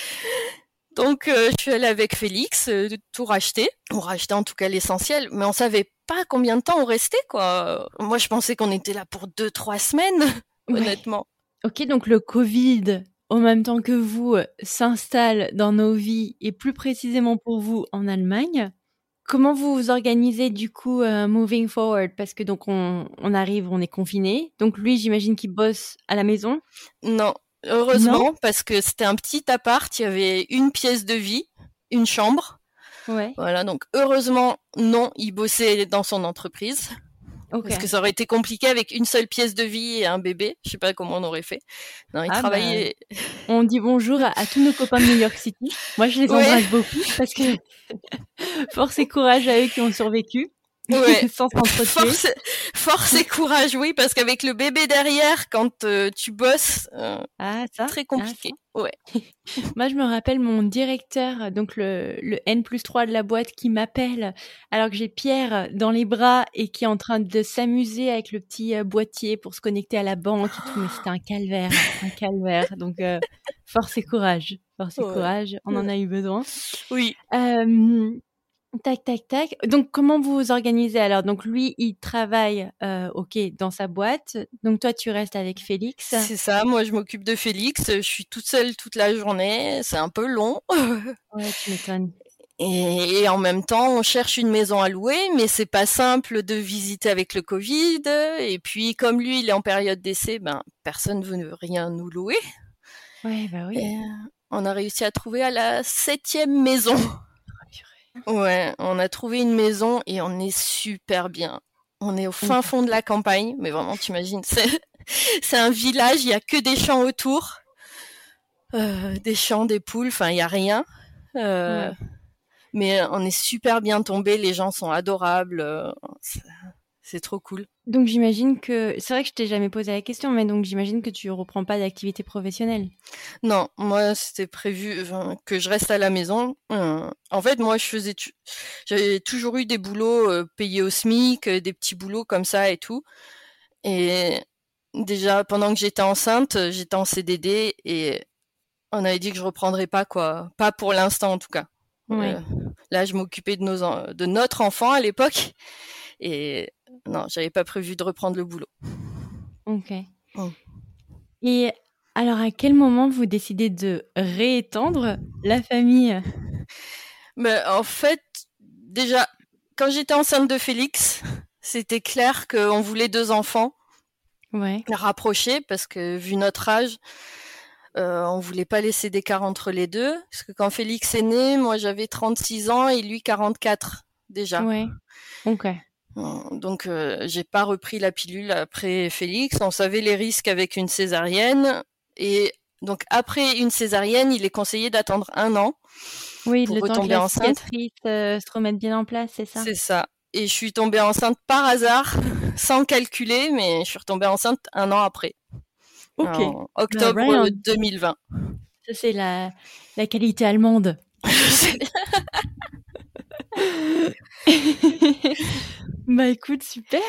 [SPEAKER 2] Donc euh, je suis allée avec Félix euh, tout racheter. On rachetait en tout cas l'essentiel, mais on savait pas combien de temps on restait quoi. Moi je pensais qu'on était là pour deux trois semaines
[SPEAKER 1] Ouais.
[SPEAKER 2] honnêtement.
[SPEAKER 1] Ok, donc le Covid, en même temps que vous, euh, s'installe dans nos vies et plus précisément pour vous en Allemagne. Comment vous vous organisez du coup euh, moving forward? Parce que donc on, on arrive, on est confiné. Donc lui, j'imagine qu'il bosse à la maison.
[SPEAKER 2] Non, heureusement parce que c'était un petit appart, il y avait une pièce de vie, une chambre.
[SPEAKER 1] Ouais.
[SPEAKER 2] Voilà, donc heureusement non, il bossait dans son entreprise.
[SPEAKER 1] Ok.
[SPEAKER 2] Parce que ça aurait été compliqué avec une seule pièce de vie et un bébé. Je sais pas comment on aurait fait. Non, il
[SPEAKER 1] Ah,
[SPEAKER 2] travaillait.
[SPEAKER 1] On dit bonjour à, à tous nos copains de New York City. Moi, je les
[SPEAKER 2] Ouais.
[SPEAKER 1] embrasse beaucoup parce que force et courage à eux qui ont survécu.
[SPEAKER 2] Ouais.
[SPEAKER 1] Sans s'entretuer.
[SPEAKER 2] Force, force et courage, oui, parce qu'avec le bébé derrière, quand euh, tu bosses, euh,
[SPEAKER 1] Ah, ça.
[SPEAKER 2] très compliqué.
[SPEAKER 1] Ah,
[SPEAKER 2] ouais.
[SPEAKER 1] Moi, je me rappelle mon directeur, donc le, le N plus trois de la boîte, qui m'appelle alors que j'ai Pierre dans les bras et qui est en train de s'amuser avec le petit euh, boîtier pour se connecter à la banque et tout. Mais c'était un calvaire, un calvaire. Donc, euh, force et courage. Force et
[SPEAKER 2] Ouais.
[SPEAKER 1] courage. On en a eu besoin.
[SPEAKER 2] Oui.
[SPEAKER 1] Euh, tac, tac, tac. Donc, comment vous vous organisez alors? Donc, lui, il travaille, euh, ok, dans sa boîte. Donc, toi, tu restes avec Félix.
[SPEAKER 2] C'est ça, moi je m'occupe de Félix, je suis toute seule toute la journée, c'est un peu long.
[SPEAKER 1] Ouais, tu m'étonnes.
[SPEAKER 2] Et, et en même temps, on cherche une maison à louer, mais c'est pas simple de visiter avec le Covid. Et puis, comme lui, il est en période d'essai, ben personne ne veut rien nous louer.
[SPEAKER 1] Ouais, bah oui.
[SPEAKER 2] Et on a réussi à trouver à la septième maison. Ouais, on a trouvé une maison et on est super bien. On est au fin fond de la campagne, mais vraiment, t'imagines, c'est, c'est un village, il y a que des champs autour, euh, des champs, des poules, enfin, il y a rien. Euh, ouais. Mais on est super bien tombé, les gens sont adorables, euh, c'est, c'est trop cool.
[SPEAKER 1] Donc j'imagine que, c'est vrai que je t'ai jamais posé la question, mais donc j'imagine que tu reprends pas d'activité professionnelle.
[SPEAKER 2] Non, moi c'était prévu enfin, que je reste à la maison. Euh, en fait, moi je faisais, tu... j'avais toujours eu des boulots euh, payés au SMIC, euh, des petits boulots comme ça et tout. Et déjà pendant que j'étais enceinte, j'étais en C D D et on avait dit que je reprendrais pas quoi, pas pour l'instant en tout cas.
[SPEAKER 1] Ouais.
[SPEAKER 2] Euh, là, je m'occupais de nos, en... de notre enfant à l'époque et non, j'avais pas prévu de reprendre le boulot.
[SPEAKER 1] Ok. Oh. Et alors, à quel moment vous décidez de réétendre la famille ?
[SPEAKER 2] Mais en fait, déjà, quand j'étais enceinte de Félix, c'était clair qu'on voulait deux enfants.
[SPEAKER 1] Ouais.
[SPEAKER 2] Rapprochés, parce que vu notre âge, euh, on voulait pas laisser d'écart entre les deux. Parce que quand Félix est né, moi j'avais trente-six ans et lui quarante-quatre déjà.
[SPEAKER 1] Ouais. Ok.
[SPEAKER 2] Donc euh, j'ai pas repris la pilule après Félix. On savait les risques avec une césarienne et donc après une césarienne, il est conseillé d'attendre un an.
[SPEAKER 1] Oui,
[SPEAKER 2] pour
[SPEAKER 1] le
[SPEAKER 2] retomber
[SPEAKER 1] temps que la
[SPEAKER 2] enceinte.
[SPEAKER 1] cicatrice euh, se remette bien en place, c'est ça ?
[SPEAKER 2] C'est ça. Et je suis tombée enceinte par hasard, sans calculer, mais je suis retombée enceinte un an après.
[SPEAKER 1] Ok.
[SPEAKER 2] En octobre
[SPEAKER 1] bah, Ryan,
[SPEAKER 2] deux mille vingt.
[SPEAKER 1] Ça c'est la la qualité allemande. Bah écoute, super.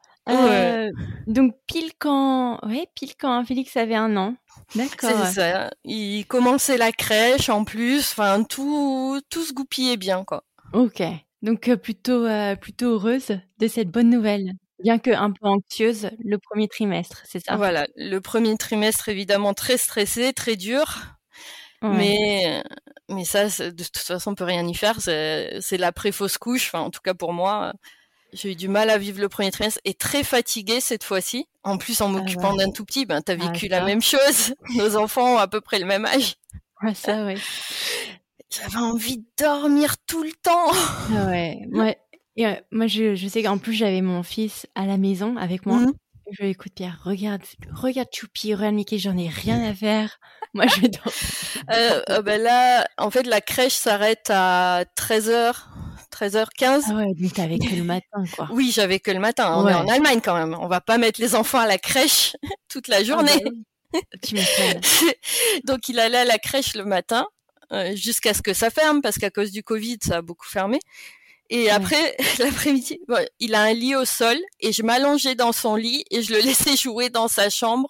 [SPEAKER 1] Euh,
[SPEAKER 2] Ouais.
[SPEAKER 1] Donc pile quand, ouais, pile quand Félix avait un an. D'accord.
[SPEAKER 2] C'est ça. Il commençait la crèche en plus. Enfin, tout, tout se goupillait bien, quoi.
[SPEAKER 1] Ok. Donc euh, plutôt, euh, plutôt heureuse de cette bonne nouvelle, bien que un peu anxieuse le premier trimestre, c'est ça ?
[SPEAKER 2] Voilà. Le premier trimestre, évidemment, très stressé, très dur.
[SPEAKER 1] Ouais.
[SPEAKER 2] Mais, mais ça, de toute façon, on peut rien y faire. C'est, c'est l'après-fausse couche. Enfin, en tout cas, pour moi, j'ai eu du mal à vivre le premier trimestre et très fatiguée cette fois-ci. En plus, en m'occupant ah ouais. d'un tout petit, ben, t'as vécu ah, la même chose. Nos enfants ont à peu près le même âge.
[SPEAKER 1] Ouais, ça, ouais.
[SPEAKER 2] J'avais envie de dormir tout le temps.
[SPEAKER 1] Ah ouais. Moi, et, euh, moi je, je sais qu'en plus, j'avais mon fils à la maison avec moi. Mmh. Je lui ai dit, écoute, Pierre, regarde, regarde Choupi, regarde Mickey, j'en ai rien à faire. Moi, je vais dormir.
[SPEAKER 2] euh, euh, ben là, en fait, la crèche s'arrête à treize heures. treize heures quinze.
[SPEAKER 1] Ah ouais, donc t'avais que le matin, quoi.
[SPEAKER 2] Oui, j'avais que le matin. On
[SPEAKER 1] ouais.
[SPEAKER 2] est en Allemagne quand même. On va pas mettre les enfants à la crèche toute la journée.
[SPEAKER 1] Ah bah, tu m'étonnes.
[SPEAKER 2] Donc, il allait à la crèche le matin euh, jusqu'à ce que ça ferme parce qu'à cause du Covid, ça a beaucoup fermé. Et ouais. après, l'après-midi, bon, il a un lit au sol et je m'allongeais dans son lit et je le laissais jouer dans sa chambre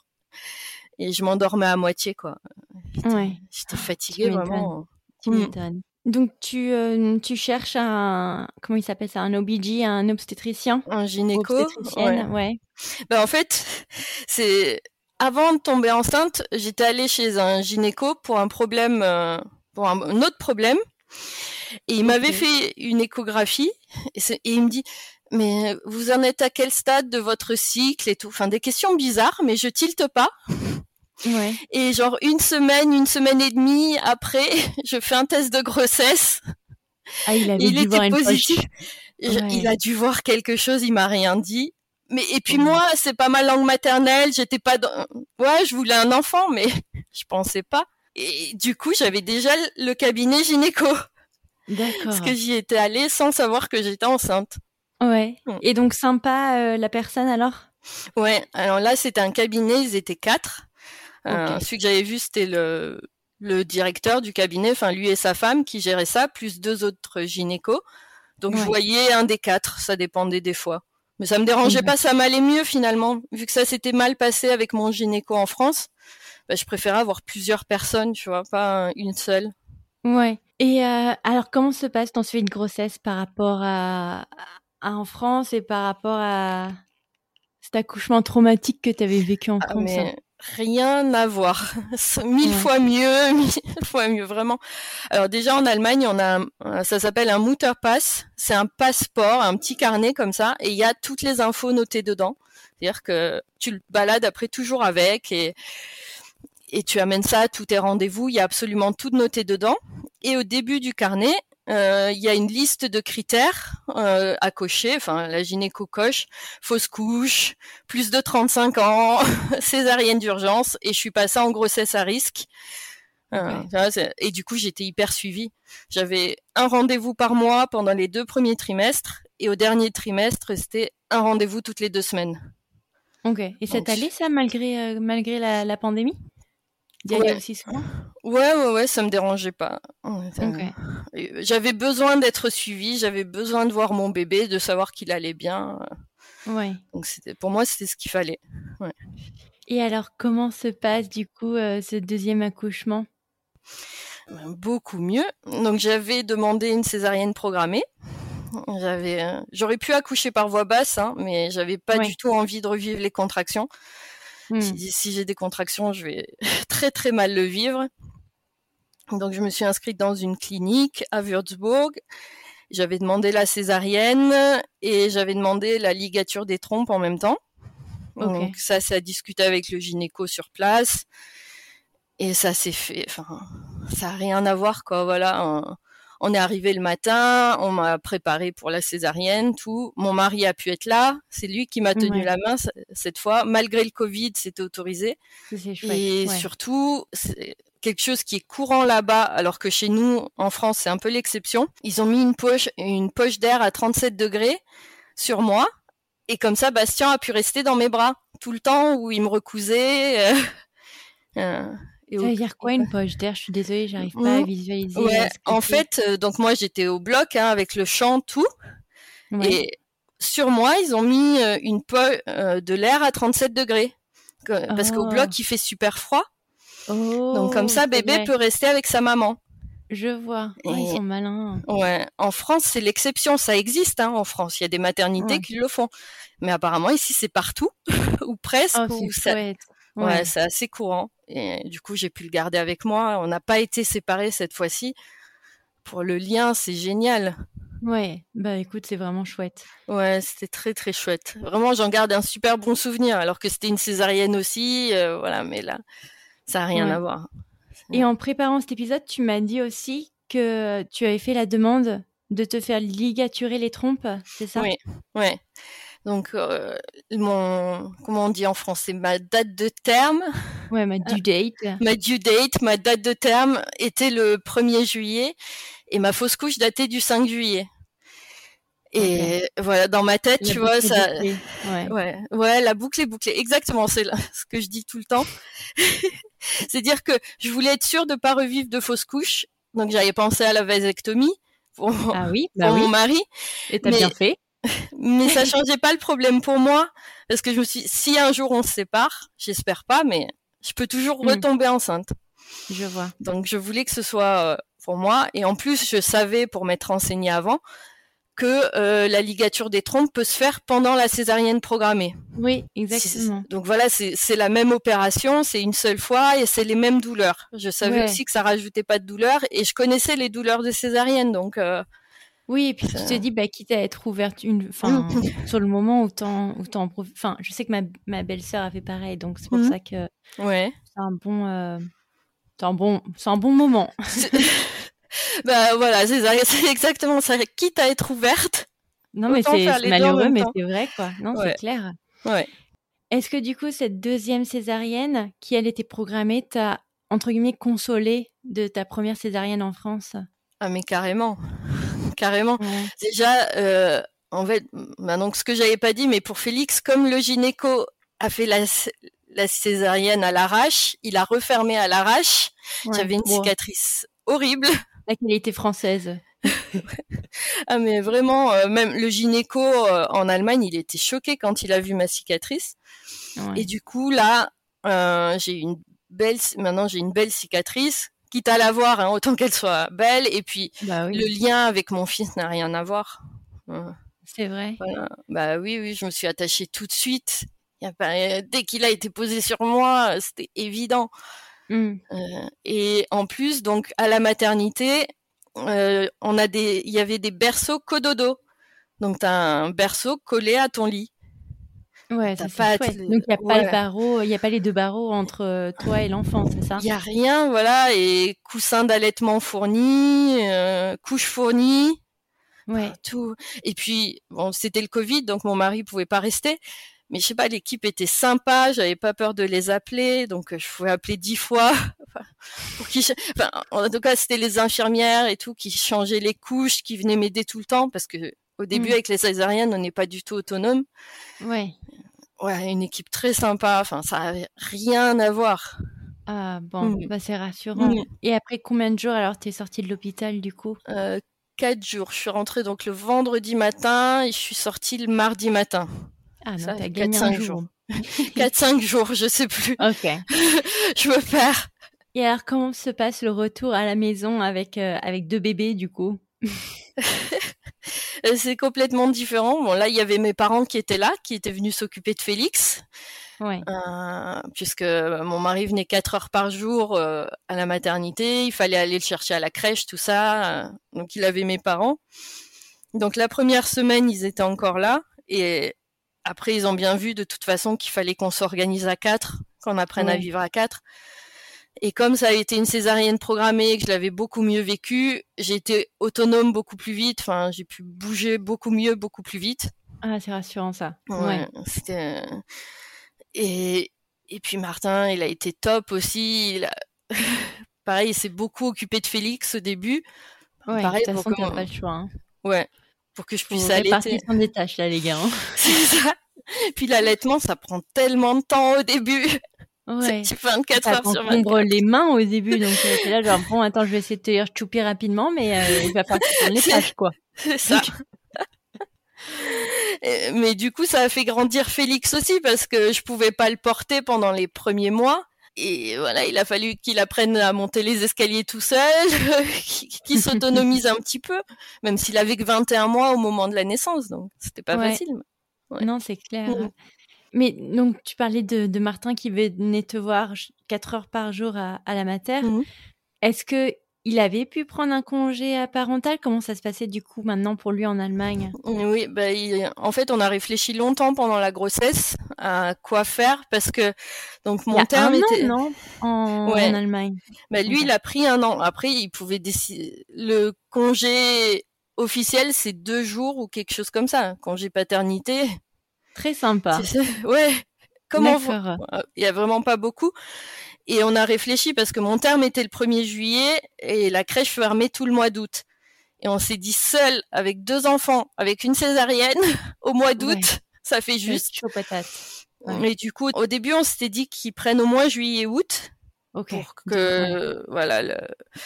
[SPEAKER 2] et je m'endormais à moitié, quoi. J'étais,
[SPEAKER 1] ouais.
[SPEAKER 2] j'étais fatiguée,
[SPEAKER 1] tu
[SPEAKER 2] vraiment.
[SPEAKER 1] Tu m'étonnes. Donc, tu, euh, tu cherches un, comment il s'appelle ça, un O B G, un obstétricien?
[SPEAKER 2] Un gynéco.
[SPEAKER 1] Obstétricienne, ouais. ouais.
[SPEAKER 2] Ben, en fait, c'est, avant de tomber enceinte, j'étais allée chez un gynéco pour un problème, euh, pour un, un autre problème. Et il okay. m'avait fait une échographie et, et il me dit mais vous en êtes à quel stade de votre cycle et tout, enfin des questions bizarres, mais je tilte pas.
[SPEAKER 1] Ouais.
[SPEAKER 2] Et genre une semaine, une semaine et demie après, je fais un test de grossesse.
[SPEAKER 1] Ah, il avait
[SPEAKER 2] il
[SPEAKER 1] dû
[SPEAKER 2] était
[SPEAKER 1] voir
[SPEAKER 2] positif.
[SPEAKER 1] Une poche. Ouais.
[SPEAKER 2] Il a dû voir quelque chose, il m'a rien dit. Mais et puis ouais. moi, c'est pas ma langue maternelle, j'étais pas dans... ouais, je voulais un enfant, mais je pensais pas. Et du coup, j'avais déjà le cabinet gynéco.
[SPEAKER 1] D'accord.
[SPEAKER 2] Parce que j'y étais allée sans savoir que j'étais enceinte.
[SPEAKER 1] Ouais. Mmh. Et donc sympa euh, la personne alors ?
[SPEAKER 2] Ouais. Alors là, c'était un cabinet, ils étaient quatre.
[SPEAKER 1] Okay.
[SPEAKER 2] Euh, celui que j'avais vu, c'était le le directeur du cabinet, enfin lui et sa femme qui géraient ça, plus deux autres gynécos. Donc ouais. je voyais un des quatre, ça dépendait des fois. Mais ça me dérangeait okay. pas, ça m'allait mieux finalement. Vu que ça s'était mal passé avec mon gynéco en France, bah, je préférais avoir plusieurs personnes, tu vois, pas une seule.
[SPEAKER 1] Ouais. Et euh, alors, comment se passe ton suivi de grossesse par rapport à, à en France et par rapport à cet accouchement traumatique que tu avais vécu en
[SPEAKER 2] ah,
[SPEAKER 1] France?
[SPEAKER 2] Mais rien à voir. Mille ouais. fois mieux, mille fois mieux, vraiment. Alors déjà, en Allemagne, on a un, ça s'appelle un Mutterpass. C'est un passeport, un petit carnet comme ça, et il y a toutes les infos notées dedans. C'est-à-dire que tu le balades après toujours avec et et tu amènes ça à tous tes rendez-vous, il y a absolument tout noté dedans. Et au début du carnet, euh, il y a une liste de critères euh, à cocher. Enfin, la gynéco coche fausse couche, plus de trente-cinq ans, césarienne d'urgence, et je suis passée en grossesse à risque. Euh,
[SPEAKER 1] Okay.
[SPEAKER 2] et du coup, j'étais hyper suivie. J'avais un rendez-vous par mois pendant les deux premiers trimestres, et au dernier trimestre, c'était un rendez-vous toutes les deux semaines.
[SPEAKER 1] Ok. Et ça
[SPEAKER 2] Donc,
[SPEAKER 1] t'allait ça malgré, euh, malgré la, la pandémie d'y aller
[SPEAKER 2] ouais.
[SPEAKER 1] aussi souvent?
[SPEAKER 2] Ouais, ouais, ouais, ça me dérangeait pas.
[SPEAKER 1] Ok.
[SPEAKER 2] J'avais besoin d'être suivie, j'avais besoin de voir mon bébé, de savoir qu'il allait bien.
[SPEAKER 1] Ouais.
[SPEAKER 2] Donc c'était, pour moi, c'était ce qu'il fallait. Ouais.
[SPEAKER 1] Et alors, comment se passe du coup euh, ce deuxième accouchement?
[SPEAKER 2] Beaucoup mieux. Donc j'avais demandé une césarienne programmée. J'avais, euh, j'aurais pu accoucher par voie basse, hein, mais j'avais pas
[SPEAKER 1] Ouais.
[SPEAKER 2] du tout envie de revivre les contractions.
[SPEAKER 1] Hmm.
[SPEAKER 2] Si, si j'ai des contractions, je vais très très mal le vivre. Donc je me suis inscrite dans une clinique à Würzburg. J'avais demandé la césarienne et j'avais demandé la ligature des trompes en même temps.
[SPEAKER 1] Ok.
[SPEAKER 2] Donc ça, ça a discuté avec le gynéco sur place et ça s'est fait. Enfin, ça a rien à voir quoi. Voilà, on, on est arrivé le matin, on m'a préparé pour la césarienne, tout. Mon mari a pu être là, c'est lui qui m'a tenu
[SPEAKER 1] Ouais.
[SPEAKER 2] la main cette fois, malgré le Covid, c'était autorisé.
[SPEAKER 1] C'est chouette.
[SPEAKER 2] Et
[SPEAKER 1] Ouais.
[SPEAKER 2] surtout, c'est quelque chose qui est courant là-bas, alors que chez nous, en France, c'est un peu l'exception. Ils ont mis une poche, une poche d'air à trente-sept degrés sur moi. Et comme ça, Bastien a pu rester dans mes bras tout le temps où il me recousait. Euh, euh, et
[SPEAKER 1] Ça
[SPEAKER 2] au...
[SPEAKER 1] veut dire quoi une poche d'air? Je suis désolée, j'arrive
[SPEAKER 2] Mmh.
[SPEAKER 1] pas à visualiser
[SPEAKER 2] Ouais,
[SPEAKER 1] euh, ce que
[SPEAKER 2] en
[SPEAKER 1] c'est.
[SPEAKER 2] fait, euh, donc moi j'étais au bloc hein, avec le champ, tout.
[SPEAKER 1] Ouais.
[SPEAKER 2] Et sur moi, ils ont mis euh, une poche euh, de l'air à trente-sept degrés. Que, parce qu'au
[SPEAKER 1] Oh.
[SPEAKER 2] bloc, il fait super froid.
[SPEAKER 1] Oh,
[SPEAKER 2] Donc comme ça, bébé
[SPEAKER 1] vrai.
[SPEAKER 2] peut rester avec sa maman.
[SPEAKER 1] Je vois. Oh,
[SPEAKER 2] Et...
[SPEAKER 1] ils sont malins.
[SPEAKER 2] Ouais, en France, c'est l'exception. Ça existe hein, en France. Il y a des maternités
[SPEAKER 1] Ouais.
[SPEAKER 2] qui le font. Mais apparemment, ici, c'est partout, ou presque.
[SPEAKER 1] Oh, c'est
[SPEAKER 2] Ou ça...
[SPEAKER 1] chouette.
[SPEAKER 2] Ouais,
[SPEAKER 1] Ouais.
[SPEAKER 2] c'est assez courant. Et du coup, j'ai pu le garder avec moi. On n'a pas été séparés cette fois-ci. Pour le lien, c'est génial.
[SPEAKER 1] Ouais, bah écoute, c'est vraiment chouette.
[SPEAKER 2] Ouais, c'était très très chouette. Vraiment, j'en garde un super bon souvenir. Alors que c'était une césarienne aussi, euh, voilà. Mais là, ça n'a rien
[SPEAKER 1] Ouais.
[SPEAKER 2] à voir.
[SPEAKER 1] Et en préparant cet épisode, tu m'as dit aussi que tu avais fait la demande de te faire ligaturer les trompes, c'est ça?
[SPEAKER 2] Oui, ouais. Donc, euh, mon, comment on dit en français, ma date de terme.
[SPEAKER 1] Ouais, ma due date.
[SPEAKER 2] Ma due date, ma date de terme était le premier juillet et ma fausse couche datait du cinq juillet. Et okay. Voilà, dans ma tête,
[SPEAKER 1] la
[SPEAKER 2] tu vois, ça,
[SPEAKER 1] ouais.
[SPEAKER 2] ouais, ouais, la boucle est bouclée. Exactement, c'est ce que je dis tout le temps. C'est dire que je voulais être sûre de pas revivre de fausse couche, donc j'avais pensé à la vasectomie pour,
[SPEAKER 1] ah oui, bah
[SPEAKER 2] pour
[SPEAKER 1] oui.
[SPEAKER 2] mon mari.
[SPEAKER 1] Et t'as mais, bien fait.
[SPEAKER 2] Mais ça changeait pas le problème pour moi, parce que je me suis dit, si un jour on se sépare, j'espère pas, mais je peux toujours mmh. retomber enceinte.
[SPEAKER 1] Je vois.
[SPEAKER 2] Donc je voulais que ce soit pour moi, et en plus je savais pour m'être renseignée avant que euh, la ligature des trompes peut se faire pendant la césarienne programmée.
[SPEAKER 1] Oui, exactement.
[SPEAKER 2] C'est, donc voilà, c'est, c'est la même opération, c'est une seule fois et c'est les mêmes douleurs. Je savais ouais. aussi que ça rajoutait pas de douleurs et je connaissais les douleurs de césarienne, donc. Euh,
[SPEAKER 1] oui, et puis ça... tu te dis, bah, quitte à être ouverte une, enfin, sur le moment, autant, autant, enfin, je sais que ma, ma belle-sœur a fait pareil, donc c'est pour mmh. ça que.
[SPEAKER 2] Ouais.
[SPEAKER 1] C'est un bon, euh... c'est un bon, c'est un bon moment.
[SPEAKER 2] Bah voilà, c'est, ça, c'est exactement ça. Quitte à être ouverte.
[SPEAKER 1] Non, mais c'est, c'est malheureux, mais c'est vrai, quoi. Non,
[SPEAKER 2] ouais.
[SPEAKER 1] c'est clair.
[SPEAKER 2] Ouais.
[SPEAKER 1] Est-ce que du coup, cette deuxième césarienne, qui elle était programmée, t'a, entre guillemets, consolée de ta première césarienne en France?
[SPEAKER 2] Ah, mais carrément. Carrément.
[SPEAKER 1] Ouais.
[SPEAKER 2] Déjà, euh, en fait, bah donc ce que j'avais pas dit, mais pour Félix, comme le gynéco a fait la, la césarienne à l'arrache, il a refermé à l'arrache. Ouais. J'avais une wow. cicatrice horrible.
[SPEAKER 1] La qualité française.
[SPEAKER 2] Ah mais vraiment, euh, même le gynéco euh, en Allemagne, il était choqué quand il a vu ma cicatrice. Ouais. Et du coup là, euh, j'ai une belle, maintenant j'ai une belle cicatrice. Quitte à la voir, hein, autant qu'elle soit belle. Et puis
[SPEAKER 1] bah oui.
[SPEAKER 2] le lien avec mon fils n'a rien à voir. Euh,
[SPEAKER 1] C'est vrai.
[SPEAKER 2] Voilà. Bah oui, oui, je me suis attachée tout de suite. Il y a pas, dès qu'il a été posé sur moi, c'était évident.
[SPEAKER 1] Mm.
[SPEAKER 2] Euh, et en plus, donc à la maternité, euh, on a des, il y avait des berceaux cododo. Donc t'as un berceau collé à ton lit.
[SPEAKER 1] Ouais,
[SPEAKER 2] T'as
[SPEAKER 1] ça
[SPEAKER 2] pas
[SPEAKER 1] c'est
[SPEAKER 2] à te
[SPEAKER 1] chouette.
[SPEAKER 2] le-
[SPEAKER 1] Donc il y a pas le
[SPEAKER 2] ouais.
[SPEAKER 1] barreau, il y a pas les deux barreaux entre euh, toi et l'enfant, c'est ça?
[SPEAKER 2] Il y a rien, voilà, et coussin d'allaitement fourni, euh, couche fournie, enfin,
[SPEAKER 1] Ouais.
[SPEAKER 2] tout. Et puis, bon, c'était le Covid, donc mon mari pouvait pas rester. Mais je sais pas, l'équipe était sympa, j'avais pas peur de les appeler, donc euh, je pouvais appeler dix fois. Enfin, pour qu'ils, ch- enfin, en tout cas, c'était les infirmières et tout qui changeaient les couches, qui venaient m'aider tout le temps, parce que au début,
[SPEAKER 1] Mm.
[SPEAKER 2] avec les césariennes, on n'est pas du tout autonome.
[SPEAKER 1] Ouais.
[SPEAKER 2] Ouais, une équipe très sympa, enfin, ça avait rien à voir.
[SPEAKER 1] Ah bon,
[SPEAKER 2] Mm.
[SPEAKER 1] bah c'est rassurant.
[SPEAKER 2] Mm.
[SPEAKER 1] Et après combien de jours alors t'es sortie de l'hôpital du coup?
[SPEAKER 2] Euh, quatre jours. Je suis rentrée donc le vendredi matin et je suis sortie le mardi matin.
[SPEAKER 1] Ah non,
[SPEAKER 2] Ça,
[SPEAKER 1] t'as
[SPEAKER 2] quatre
[SPEAKER 1] gagné un
[SPEAKER 2] cinq
[SPEAKER 1] jour.
[SPEAKER 2] jours. quatre cinq jours, je sais plus.
[SPEAKER 1] Ok.
[SPEAKER 2] Je me perds.
[SPEAKER 1] Et alors comment se passe le retour à la maison avec euh, avec deux bébés du coup?
[SPEAKER 2] Euh, C'est complètement différent. Bon, là, il y avait mes parents qui étaient là, qui étaient venus s'occuper de Félix,
[SPEAKER 1] Ouais.
[SPEAKER 2] euh, puisque mon mari venait quatre heures par jour euh, à la maternité. Il fallait aller le chercher à la crèche, tout ça. euh, donc, il avait mes parents. Donc, la première semaine, ils étaient encore là. Et après, ils ont bien vu de toute façon qu'il fallait qu'on s'organise à quatre, qu'on apprenne à
[SPEAKER 1] Ouais.
[SPEAKER 2] vivre à quatre. Et comme ça a été une césarienne programmée, que je l'avais beaucoup mieux vécu, j'ai été autonome beaucoup plus vite. Enfin, j'ai pu bouger beaucoup mieux, beaucoup plus vite.
[SPEAKER 1] Ah c'est rassurant ça. Ouais.
[SPEAKER 2] Ouais, c'était et et puis Martin, il a été top aussi. Il a... Pareil, il s'est beaucoup occupé de Félix au début.
[SPEAKER 1] Ouais. De
[SPEAKER 2] Pareil
[SPEAKER 1] toute
[SPEAKER 2] pour
[SPEAKER 1] façon
[SPEAKER 2] que
[SPEAKER 1] t'as pas le choix. Hein.
[SPEAKER 2] ouais, pour que je
[SPEAKER 1] Faut
[SPEAKER 2] puisse
[SPEAKER 1] répartir
[SPEAKER 2] allaiter.
[SPEAKER 1] son des tâches là les gars. Hein.
[SPEAKER 2] C'est ça. Puis l'allaitement, ça prend tellement de temps au début.
[SPEAKER 1] Ouais.
[SPEAKER 2] C'est vingt-quatre
[SPEAKER 1] Ça
[SPEAKER 2] heures sur
[SPEAKER 1] t'encombre
[SPEAKER 2] vingt-quatre.
[SPEAKER 1] les mains au début, donc euh, t'es là genre bon attends je vais essayer de te dire choupi rapidement, mais euh, il va falloir que tu prennes les tâches quoi.
[SPEAKER 2] C'est ça. Euh, Mais du coup, ça a fait grandir Félix aussi parce que je pouvais pas le porter pendant les premiers mois. Et voilà, il a fallu qu'il apprenne à monter les escaliers tout seul, qu'il s'autonomise un petit peu, même s'il avait que vingt et un mois au moment de la naissance, donc c'était pas
[SPEAKER 1] Ouais.
[SPEAKER 2] facile. Ouais.
[SPEAKER 1] Non c'est clair.
[SPEAKER 2] Mm.
[SPEAKER 1] Mais donc tu parlais de, de Martin qui venait te voir quatre heures par jour à, à la mater.
[SPEAKER 2] Mhm.
[SPEAKER 1] Est-ce que il avait pu prendre un congé parental? Comment ça se passait du coup maintenant pour lui en Allemagne?
[SPEAKER 2] Oui, bah, il- en fait, on a réfléchi longtemps pendant la grossesse à quoi faire parce que donc
[SPEAKER 1] Il y
[SPEAKER 2] mon
[SPEAKER 1] a
[SPEAKER 2] terme
[SPEAKER 1] un an,
[SPEAKER 2] était,
[SPEAKER 1] non? En,
[SPEAKER 2] ouais,
[SPEAKER 1] en Allemagne.
[SPEAKER 2] bah, lui,
[SPEAKER 1] Ok.
[SPEAKER 2] il a pris un an. Après, il pouvait décider. Le congé officiel, c'est deux jours ou quelque chose comme ça. Congé paternité,
[SPEAKER 1] Très sympa.
[SPEAKER 2] c'est ça. Ouais. Comment faut-
[SPEAKER 1] D'accord.
[SPEAKER 2] il y a vraiment pas beaucoup. Et on a réfléchi parce que mon terme était le premier juillet et la crèche fermait tout le mois d'août. Et on s'est dit seul avec deux enfants, avec une césarienne au mois d'août,
[SPEAKER 1] Ouais.
[SPEAKER 2] ça fait
[SPEAKER 1] C'est
[SPEAKER 2] juste.
[SPEAKER 1] chaud patate. Ouais.
[SPEAKER 2] Et du coup, au début, on s'était dit qu'ils prennent au moins juillet-août
[SPEAKER 1] Ok.
[SPEAKER 2] pour
[SPEAKER 1] Donc, ouais.
[SPEAKER 2] que voilà le...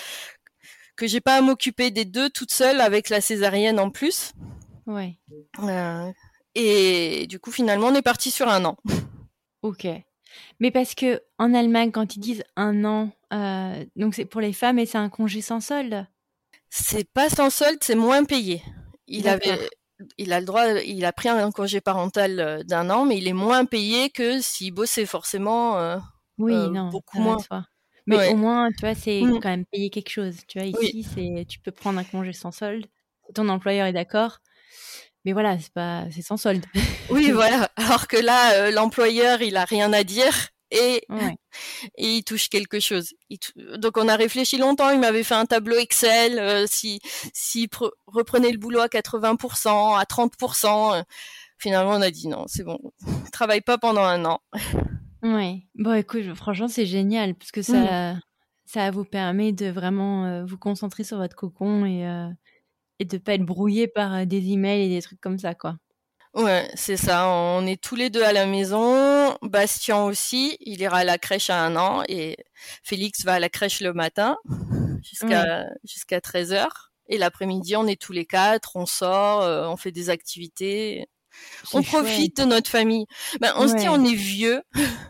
[SPEAKER 2] que j'ai pas à m'occuper des deux toute seule avec la césarienne en plus.
[SPEAKER 1] Ouais.
[SPEAKER 2] Euh, et du coup, finalement, on est parti sur un an.
[SPEAKER 1] Ok. Mais parce que en Allemagne, quand ils disent un an, euh, donc c'est pour les femmes et c'est un congé sans solde.
[SPEAKER 2] C'est pas sans solde, c'est moins payé. Il
[SPEAKER 1] D'accord.
[SPEAKER 2] avait, il a le droit, il a pris un congé parental euh, d'un an, mais il est moins payé que s'il bossait forcément euh,
[SPEAKER 1] Oui,
[SPEAKER 2] euh,
[SPEAKER 1] non,
[SPEAKER 2] beaucoup
[SPEAKER 1] ça va
[SPEAKER 2] moins.
[SPEAKER 1] de soi. Mais
[SPEAKER 2] Ouais.
[SPEAKER 1] au moins, tu vois, c'est
[SPEAKER 2] Mm.
[SPEAKER 1] quand même payer quelque chose. Tu vois,
[SPEAKER 2] Oui.
[SPEAKER 1] ici, c'est tu peux prendre un congé sans solde. Ton employeur est d'accord. Mais voilà, c'est pas, c'est sans solde.
[SPEAKER 2] Oui, voilà. Alors que là, euh, l'employeur, il a rien à dire et,
[SPEAKER 1] Ouais.
[SPEAKER 2] et il touche quelque chose. Il tou- Donc on a réfléchi longtemps. Il m'avait fait un tableau Excel. Euh, si s'il pre- reprenait le boulot à quatre-vingts pour cent, à trente pour cent, euh, finalement on a dit non, c'est bon, travaille pas pendant un an.
[SPEAKER 1] Ouais. Bon, écoute, franchement, c'est génial parce que ça, ça vous permet de vraiment euh, vous concentrer sur votre cocon et, euh, et de pas être brouillé par euh, des emails et des trucs comme ça, quoi.
[SPEAKER 2] Ouais, c'est ça. On est tous les deux à la maison. Bastien aussi, il ira à la crèche à un an et Félix va à la crèche le matin jusqu'à jusqu'à treize heures. Et l'après-midi, on est tous les quatre, on sort, euh, on fait des activités,
[SPEAKER 1] C'est
[SPEAKER 2] on
[SPEAKER 1] chouette.
[SPEAKER 2] profite de notre famille. Ben, on se dit
[SPEAKER 1] Ouais.
[SPEAKER 2] on est vieux.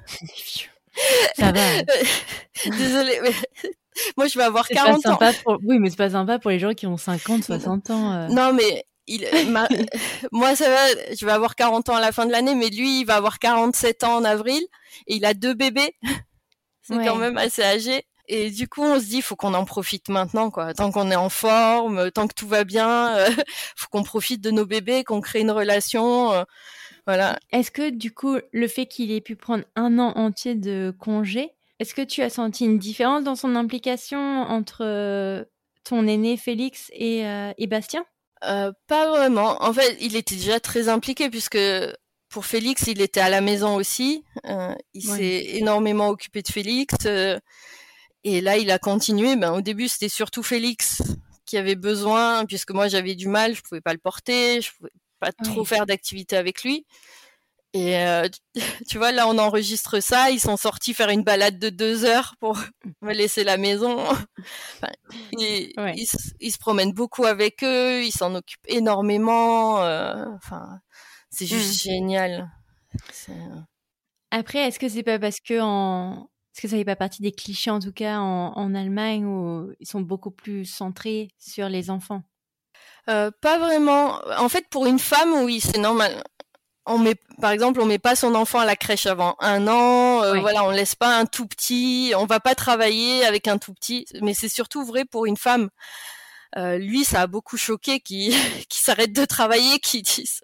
[SPEAKER 1] Ça va.
[SPEAKER 2] Désolée, mais moi je vais avoir
[SPEAKER 1] C'est pas
[SPEAKER 2] quarante ans.
[SPEAKER 1] sympa pour... Oui, mais c'est pas sympa pour les gens qui ont cinquante, soixante ans. euh.
[SPEAKER 2] Non, mais il, ma- moi, ça va, je vais avoir quarante ans à la fin de l'année, mais lui, il va avoir quarante-sept ans en avril et il a deux bébés. C'est
[SPEAKER 1] Ouais.
[SPEAKER 2] quand même assez âgé. Et du coup, on se dit, il faut qu'on en profite maintenant, quoi. Tant qu'on est en forme, tant que tout va bien, euh, faut qu'on profite de nos bébés, qu'on crée une relation. euh, Voilà.
[SPEAKER 1] Est-ce que du coup, le fait qu'il ait pu prendre un an entier de congé, est-ce que tu as senti une différence dans son implication entre euh, ton aîné Félix et, euh, et Bastien?
[SPEAKER 2] Euh, pas vraiment. En fait, il était déjà très impliqué puisque pour Félix, il était à la maison aussi. Euh, il
[SPEAKER 1] Ouais.
[SPEAKER 2] s'est énormément occupé de Félix. euh, et là, il a continué. Ben, au début, c'était surtout Félix qui avait besoin, puisque moi, j'avais du mal, je pouvais pas le porter, je pouvais pas trop
[SPEAKER 1] Ouais.
[SPEAKER 2] faire d'activité avec lui. Et euh, tu vois, là, on enregistre ça. Ils sont sortis faire une balade de deux heures pour me laisser la maison. Enfin, ils,
[SPEAKER 1] Ouais.
[SPEAKER 2] ils, se- ils se promènent beaucoup avec eux. Ils s'en occupent énormément. euh, Enfin, c'est juste
[SPEAKER 1] Mm.
[SPEAKER 2] génial. C'est-
[SPEAKER 1] Après, est-ce que c'est pas parce que en... Est-ce que ça fait pas partie des clichés en tout cas en, en Allemagne où ils sont beaucoup plus centrés sur les enfants?
[SPEAKER 2] Euh, pas vraiment. En fait, pour une femme, oui, c'est normal. On met, par exemple, on met pas son enfant à la crèche avant un an. Euh,
[SPEAKER 1] Ouais.
[SPEAKER 2] voilà, on laisse pas un tout petit. On va pas travailler avec un tout petit. Mais c'est surtout vrai pour une femme. Euh, lui, ça a beaucoup choqué qu'il qu'il s'arrête de travailler, qu'il dise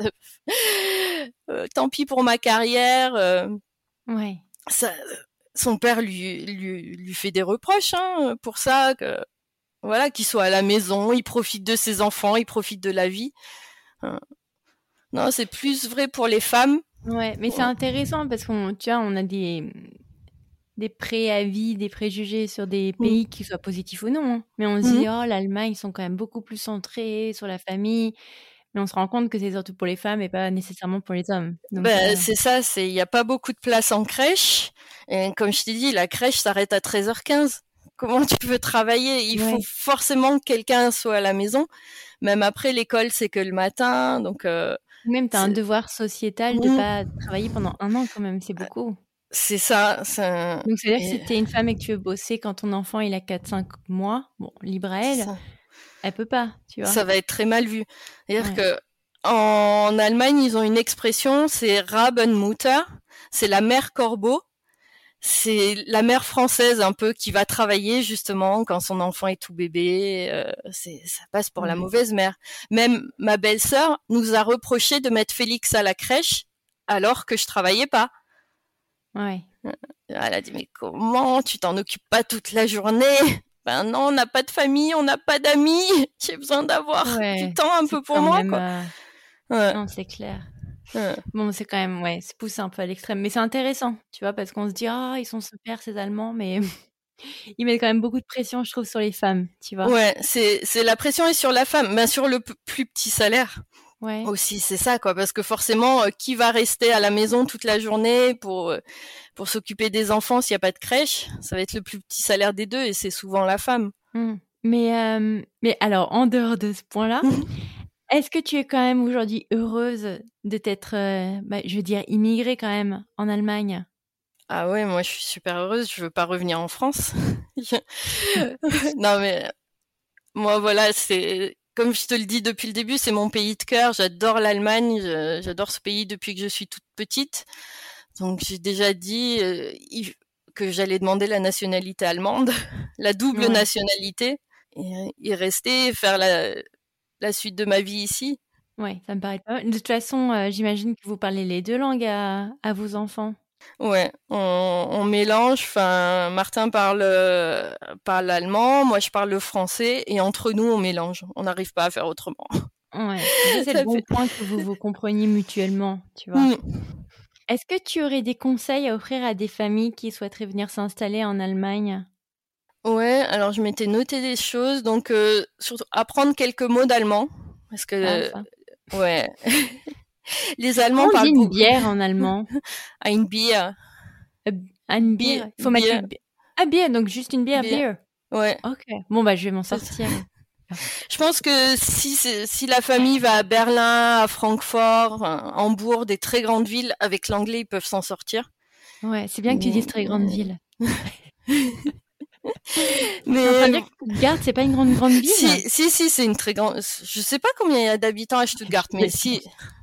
[SPEAKER 2] euh, tant pis pour ma carrière. euh,
[SPEAKER 1] Ouais.
[SPEAKER 2] ça, son père lui, lui lui fait des reproches hein, pour ça, que voilà, qu'il soit à la maison, il profite de ses enfants, il profite de la vie. Euh, Non, c'est plus vrai pour les femmes.
[SPEAKER 1] Ouais, mais c'est
[SPEAKER 2] Ouais.
[SPEAKER 1] intéressant parce qu'on, tu vois, on a des, des préavis, des préjugés sur des
[SPEAKER 2] Mm.
[SPEAKER 1] pays qui soient positifs ou non, hein. Mais on se
[SPEAKER 2] Mhm.
[SPEAKER 1] dit, oh, l'Allemagne, ils sont quand même beaucoup plus centrés sur la famille. Mais on se rend compte que c'est surtout pour les femmes et pas nécessairement pour les hommes. Donc,
[SPEAKER 2] Ben,
[SPEAKER 1] euh,
[SPEAKER 2] c'est ça, c'est il y a pas beaucoup de place en crèche. Et comme je t'ai dit, la crèche s'arrête à treize heures quinze. Comment tu veux travailler? Il faut
[SPEAKER 1] ouais.
[SPEAKER 2] forcément que quelqu'un soit à la maison. Même après, l'école, c'est que le matin. Donc, euh,
[SPEAKER 1] Même, tu as un
[SPEAKER 2] c'est
[SPEAKER 1] devoir sociétal de
[SPEAKER 2] Mm.
[SPEAKER 1] pas travailler pendant un an quand même, c'est beaucoup.
[SPEAKER 2] c'est ça. c'est-
[SPEAKER 1] Donc, c'est-à-dire que
[SPEAKER 2] et
[SPEAKER 1] si tu es une femme et que tu veux bosser quand ton enfant il a quatre cinq mois, bon, libre à elle,
[SPEAKER 2] ça,
[SPEAKER 1] elle peut pas, tu vois.
[SPEAKER 2] ça va être très mal vu. C'est-à-dire
[SPEAKER 1] Ouais.
[SPEAKER 2] que en Allemagne, ils ont une expression, c'est Rabenmutter, c'est la mère corbeau. C'est la mère française un peu qui va travailler justement quand son enfant est tout bébé. Euh, c'est, ça passe pour la
[SPEAKER 1] Ouais.
[SPEAKER 2] mauvaise mère. Même ma belle-sœur nous a reproché de mettre Félix à la crèche alors que je travaillais pas.
[SPEAKER 1] Ouais.
[SPEAKER 2] Elle a dit mais comment tu t'en occupes pas toute la journée? Ben non, on n'a pas de famille, on n'a pas d'amis. J'ai besoin d'avoir
[SPEAKER 1] Ouais.
[SPEAKER 2] du temps un
[SPEAKER 1] C'est
[SPEAKER 2] peu pour
[SPEAKER 1] quand
[SPEAKER 2] moi
[SPEAKER 1] même.
[SPEAKER 2] quoi.
[SPEAKER 1] euh,
[SPEAKER 2] Ouais.
[SPEAKER 1] Non, c'est clair.
[SPEAKER 2] Ouais.
[SPEAKER 1] Bon, c'est quand même, ouais, c'est poussé un peu à l'extrême. Mais c'est intéressant, tu vois, parce qu'on se dit, ah, ils sont super, ces Allemands, mais ils mettent quand même beaucoup de pression, je trouve, sur les femmes, tu vois.
[SPEAKER 2] Ouais, c'est c'est la pression est sur la femme, ben sur le p- plus petit salaire.
[SPEAKER 1] Ouais.
[SPEAKER 2] Aussi, c'est ça, quoi, parce que forcément, euh, qui va rester à la maison toute la journée pour euh, pour s'occuper des enfants s'il n'y a pas de crèche? Ça va être le plus petit salaire des deux, et c'est souvent la femme.
[SPEAKER 1] Mm. Mais, euh, mais alors, en dehors de ce point-là, est-ce que tu es quand même aujourd'hui heureuse de t'être, euh, bah, je veux dire, immigrée quand même en Allemagne?
[SPEAKER 2] Ah ouais, moi je suis super heureuse. Je veux pas revenir en France. Non mais moi voilà, c'est comme je te le dis depuis le début, c'est mon pays de cœur. J'adore l'Allemagne, je- j'adore ce pays depuis que je suis toute petite. Donc j'ai déjà dit euh, il- que j'allais demander la nationalité allemande, la double
[SPEAKER 1] Ouais.
[SPEAKER 2] nationalité, et y rester, faire la, la suite de ma vie ici.
[SPEAKER 1] Ouais, ça me paraît pas mal. De toute façon, euh, j'imagine que vous parlez les deux langues à, à vos enfants.
[SPEAKER 2] Ouais, on, on mélange. Enfin, Martin parle euh, parle allemand, moi je parle le français, et entre nous on mélange. On n'arrive pas à faire autrement.
[SPEAKER 1] Ouais. Ça, c'est le
[SPEAKER 2] Ça
[SPEAKER 1] bon
[SPEAKER 2] fait.
[SPEAKER 1] point que vous vous compreniez mutuellement, tu vois.
[SPEAKER 2] Mm.
[SPEAKER 1] Est-ce que tu aurais des conseils à offrir à des familles qui souhaiteraient venir s'installer en Allemagne?
[SPEAKER 2] Ouais, alors je m'étais noté des choses, donc euh, surtout apprendre quelques mots d'allemand, parce
[SPEAKER 1] Ah,
[SPEAKER 2] que
[SPEAKER 1] ça.
[SPEAKER 2] ouais, les Allemands
[SPEAKER 1] Comment on dit
[SPEAKER 2] parlent
[SPEAKER 1] une
[SPEAKER 2] beaucoup.
[SPEAKER 1] bière en allemand?
[SPEAKER 2] Ein Bier,
[SPEAKER 1] Euh, Une
[SPEAKER 2] Bier,
[SPEAKER 1] bière? Il faut mettre
[SPEAKER 2] Bier,
[SPEAKER 1] le bi- Ah, bière, donc juste une bière,
[SPEAKER 2] Bier.
[SPEAKER 1] beer.
[SPEAKER 2] Ouais.
[SPEAKER 1] Ok. Bon, bah, je vais m'en
[SPEAKER 2] C'est ça.
[SPEAKER 1] sortir.
[SPEAKER 2] Je pense que si c'est- si la famille va à Berlin, à Francfort, à Hambourg, des très grandes villes, avec l'anglais ils peuvent s'en sortir.
[SPEAKER 1] Ouais, c'est bien que tu dises très grande ville.
[SPEAKER 2] Mais
[SPEAKER 1] T'es en train de dire que Stuttgart, c'est pas une grande, grande ville?
[SPEAKER 2] si, si, si, c'est une très grande. Je sais pas combien il y a d'habitants à Stuttgart, mais si,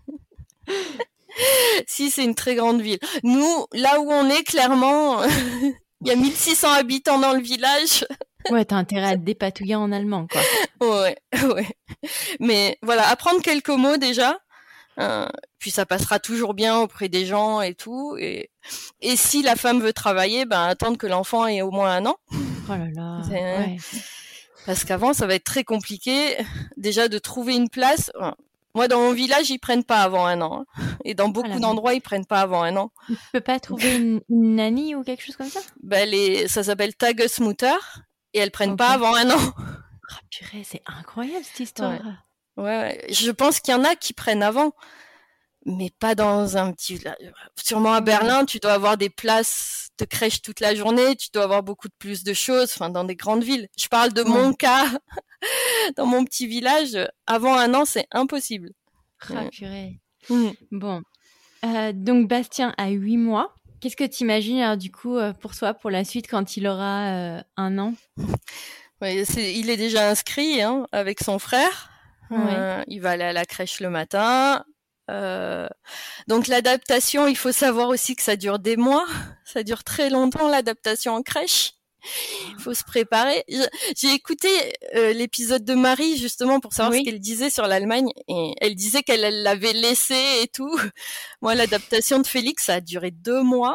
[SPEAKER 2] si, c'est une très grande ville. Nous, là où on est, clairement, il y a mille six cents habitants dans le village.
[SPEAKER 1] Ouais, t'as intérêt à te dépatouiller en allemand, quoi.
[SPEAKER 2] Ouais, ouais. Mais voilà, apprendre quelques mots déjà. Euh, puis ça passera toujours bien auprès des gens et tout. Et, et si la femme veut travailler, ben attendre que l'enfant ait au moins un an.
[SPEAKER 1] Oh là là.
[SPEAKER 2] C'est...
[SPEAKER 1] Ouais.
[SPEAKER 2] Parce qu'avant, ça va être très compliqué déjà de trouver une place. Moi, dans mon village, ils prennent pas avant un an. Hein. Et dans beaucoup ah d'endroits, ils prennent pas avant un an.
[SPEAKER 1] Tu peux pas trouver une, une nanny ou quelque chose comme ça?
[SPEAKER 2] Ben, les, ça s'appelle Tagesmutter et elles prennent okay. pas avant un an.
[SPEAKER 1] Oh, purée, c'est incroyable cette histoire.
[SPEAKER 2] Ouais. Ouais, ouais. Je pense qu'il y en a qui prennent avant, mais pas dans un petit village. Sûrement à Berlin, tu dois avoir des places de crèche toute la journée, tu dois avoir beaucoup de plus de choses, enfin dans des grandes villes. Je parle de ouais. mon cas. Dans mon petit village, avant un an, c'est impossible.
[SPEAKER 1] Ah, purée. Mmh. Bon. Euh, donc, Bastien a huit mois. Qu'est-ce que tu imagines, alors, du coup, euh, pour toi, pour la suite, quand il aura euh, un an?
[SPEAKER 2] Ouais, c'est, il est déjà inscrit hein, avec son frère. Ouais. Euh, il va aller à la crèche le matin. Euh, donc, l'adaptation, il faut savoir aussi que ça dure des mois. Ça dure très longtemps, l'adaptation en crèche. Il faut se préparer. J'ai écouté euh, l'épisode de Marie justement pour savoir oui. ce qu'elle disait sur l'Allemagne et elle disait qu'elle elle l'avait laissé et tout. Moi, l'adaptation de Félix, ça a duré deux mois.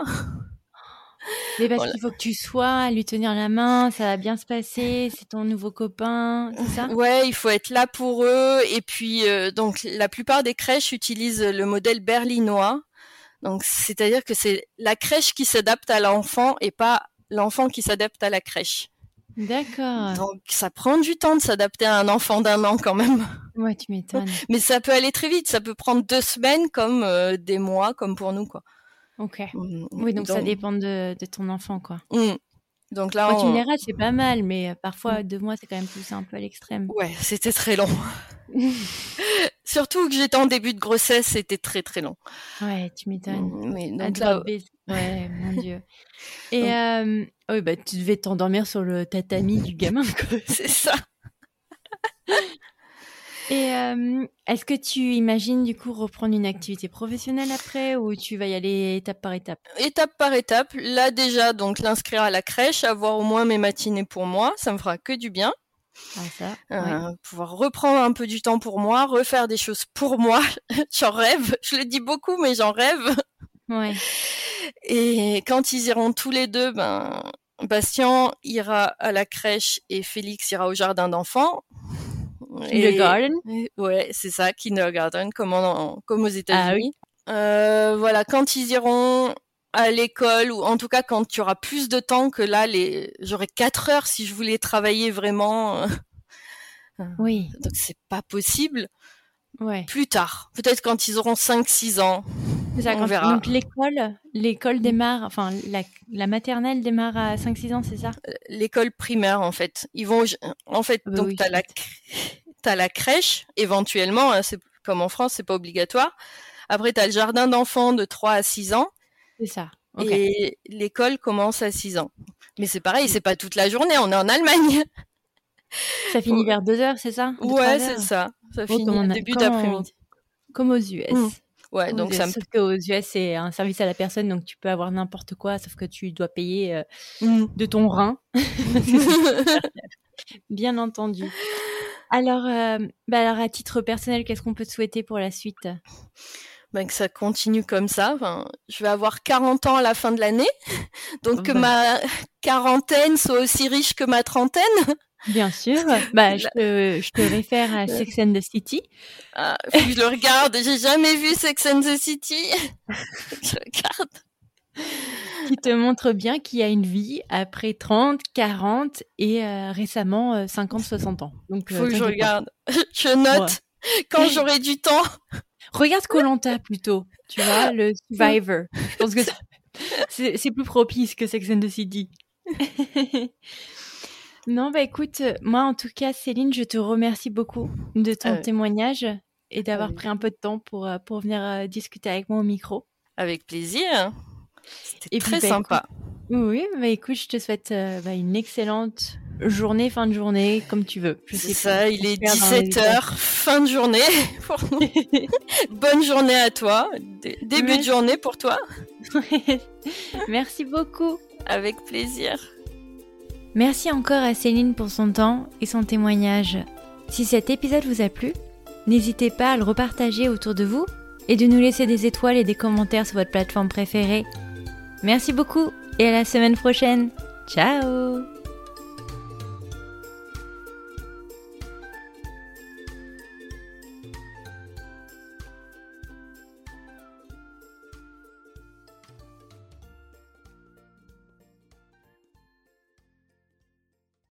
[SPEAKER 1] Mais parce voilà. qu'il faut que tu sois à lui tenir la main, ça va bien se passer, c'est ton nouveau copain, c'est ça?
[SPEAKER 2] Ouais, il faut être là pour eux et puis euh, donc la plupart des crèches utilisent le modèle berlinois. Donc c'est-à-dire que c'est la crèche qui s'adapte à l'enfant et pas l'enfant qui s'adapte à la crèche.
[SPEAKER 1] D'accord.
[SPEAKER 2] Donc, ça prend du temps de s'adapter à un enfant d'un an quand même.
[SPEAKER 1] Ouais, tu m'étonnes.
[SPEAKER 2] Mais ça peut aller très vite. Ça peut prendre deux semaines comme euh, des mois, comme pour nous, quoi.
[SPEAKER 1] Ok. Mmh. Oui, donc, donc ça dépend de, de ton enfant, quoi.
[SPEAKER 2] Mmh. Donc là,
[SPEAKER 1] en
[SPEAKER 2] on...
[SPEAKER 1] général, c'est pas mal, mais parfois, deux mois, c'est quand même poussé un peu à l'extrême.
[SPEAKER 2] Ouais, c'était très long. Surtout que j'étais en début de grossesse, c'était très, très long.
[SPEAKER 1] Ouais, tu m'étonnes.
[SPEAKER 2] Mais donc là...
[SPEAKER 1] Ouais, mon Dieu. Et donc... euh, oui, bah, tu devais t'endormir sur le tatami du gamin, quoi.
[SPEAKER 2] C'est ça.
[SPEAKER 1] Et euh, est-ce que tu imagines du coup reprendre une activité professionnelle après ou tu vas y aller étape par étape?
[SPEAKER 2] Étape par étape. Là déjà, donc l'inscrire à la crèche, avoir au moins mes matinées pour moi, ça me fera que du bien.
[SPEAKER 1] Ah, ça,
[SPEAKER 2] euh,
[SPEAKER 1] ouais.
[SPEAKER 2] Pouvoir reprendre un peu du temps pour moi, refaire des choses pour moi. J'en rêve. Je le dis beaucoup, mais j'en rêve.
[SPEAKER 1] Ouais.
[SPEAKER 2] Et quand ils iront tous les deux, ben Bastien ira à la crèche et Félix ira au jardin d'enfants.
[SPEAKER 1] Kindergarten.
[SPEAKER 2] Et, ouais, c'est ça, kindergarten, comme, en, comme aux États-Unis.
[SPEAKER 1] Ah, oui.
[SPEAKER 2] euh, voilà, quand ils iront à l'école, ou en tout cas quand tu auras plus de temps que là, les... j'aurais quatre heures si je voulais travailler vraiment.
[SPEAKER 1] Oui.
[SPEAKER 2] Donc c'est pas possible.
[SPEAKER 1] Ouais.
[SPEAKER 2] Plus tard, peut-être quand ils auront cinq six ans.
[SPEAKER 1] C'est ça,
[SPEAKER 2] on
[SPEAKER 1] quand,
[SPEAKER 2] verra.
[SPEAKER 1] Donc l'école, l'école démarre, enfin la, la maternelle démarre à cinq six ans, c'est ça?
[SPEAKER 2] L'école primaire en fait. Ils vont, en fait,
[SPEAKER 1] bah
[SPEAKER 2] donc
[SPEAKER 1] oui,
[SPEAKER 2] t'as la, t'as la crèche éventuellement, hein, c'est comme en France, c'est pas obligatoire. Après t'as le jardin d'enfants de trois à six ans.
[SPEAKER 1] C'est ça. Okay.
[SPEAKER 2] Et l'école commence à six ans. Mais c'est pareil, c'est pas toute la journée, on est en Allemagne.
[SPEAKER 1] Ça finit vers deux heures, c'est ça?
[SPEAKER 2] Ouais, c'est ça. Ça oh, finit au début d'après-midi.
[SPEAKER 1] Comme aux U S. Mmh.
[SPEAKER 2] Ouais,
[SPEAKER 1] aux
[SPEAKER 2] donc
[SPEAKER 1] U S.
[SPEAKER 2] ça me...
[SPEAKER 1] Sauf qu'aux U S, c'est un service à la personne, donc tu peux avoir n'importe quoi, sauf que tu dois payer euh, mmh. de ton rein. Bien entendu. Alors, euh, bah alors, à titre personnel, qu'est-ce qu'on peut te souhaiter pour la suite?
[SPEAKER 2] Ben, que ça continue comme ça. Enfin, je vais avoir quarante ans à la fin de l'année, donc que
[SPEAKER 1] bah.
[SPEAKER 2] ma quarantaine soit aussi riche que ma trentaine.
[SPEAKER 1] Bien sûr. Bah, je te, je te réfère à Sex and the City.
[SPEAKER 2] Ah, faut que je le regarde. J'ai jamais vu Sex and the City. Je regarde.
[SPEAKER 1] Qui te montre bien qu'il y a une vie après trente, quarante et euh, récemment euh, cinquante, soixante ans. Donc,
[SPEAKER 2] faut
[SPEAKER 1] euh,
[SPEAKER 2] que je regarde. Je note ouais. Quand j'aurai du temps.
[SPEAKER 1] Regarde Koh-Lanta plutôt. Tu vois, le Survivor. Je pense que c'est, c'est plus propice que Sex and the City. Non, bah écoute, moi en tout cas, Céline, je te remercie beaucoup de ton euh, témoignage et d'avoir euh, pris un peu de temps pour, pour venir euh, discuter avec moi au micro.
[SPEAKER 2] Avec plaisir. C'était
[SPEAKER 1] et
[SPEAKER 2] très
[SPEAKER 1] puis, bah,
[SPEAKER 2] sympa.
[SPEAKER 1] Écoute, oui, bah écoute, je te souhaite euh, bah, une excellente journée, fin de journée, comme tu veux. Je
[SPEAKER 2] C'est
[SPEAKER 1] sais
[SPEAKER 2] ça,
[SPEAKER 1] pas,
[SPEAKER 2] il est dix-sept heures, fin de journée pour nous. Bonne journée à toi, D- début ouais. de journée pour toi.
[SPEAKER 1] Merci beaucoup.
[SPEAKER 2] Avec plaisir.
[SPEAKER 1] Merci encore à Céline pour son temps et son témoignage. Si cet épisode vous a plu, n'hésitez pas à le repartager autour de vous et de nous laisser des étoiles et des commentaires sur votre plateforme préférée. Merci beaucoup et à la semaine prochaine. Ciao!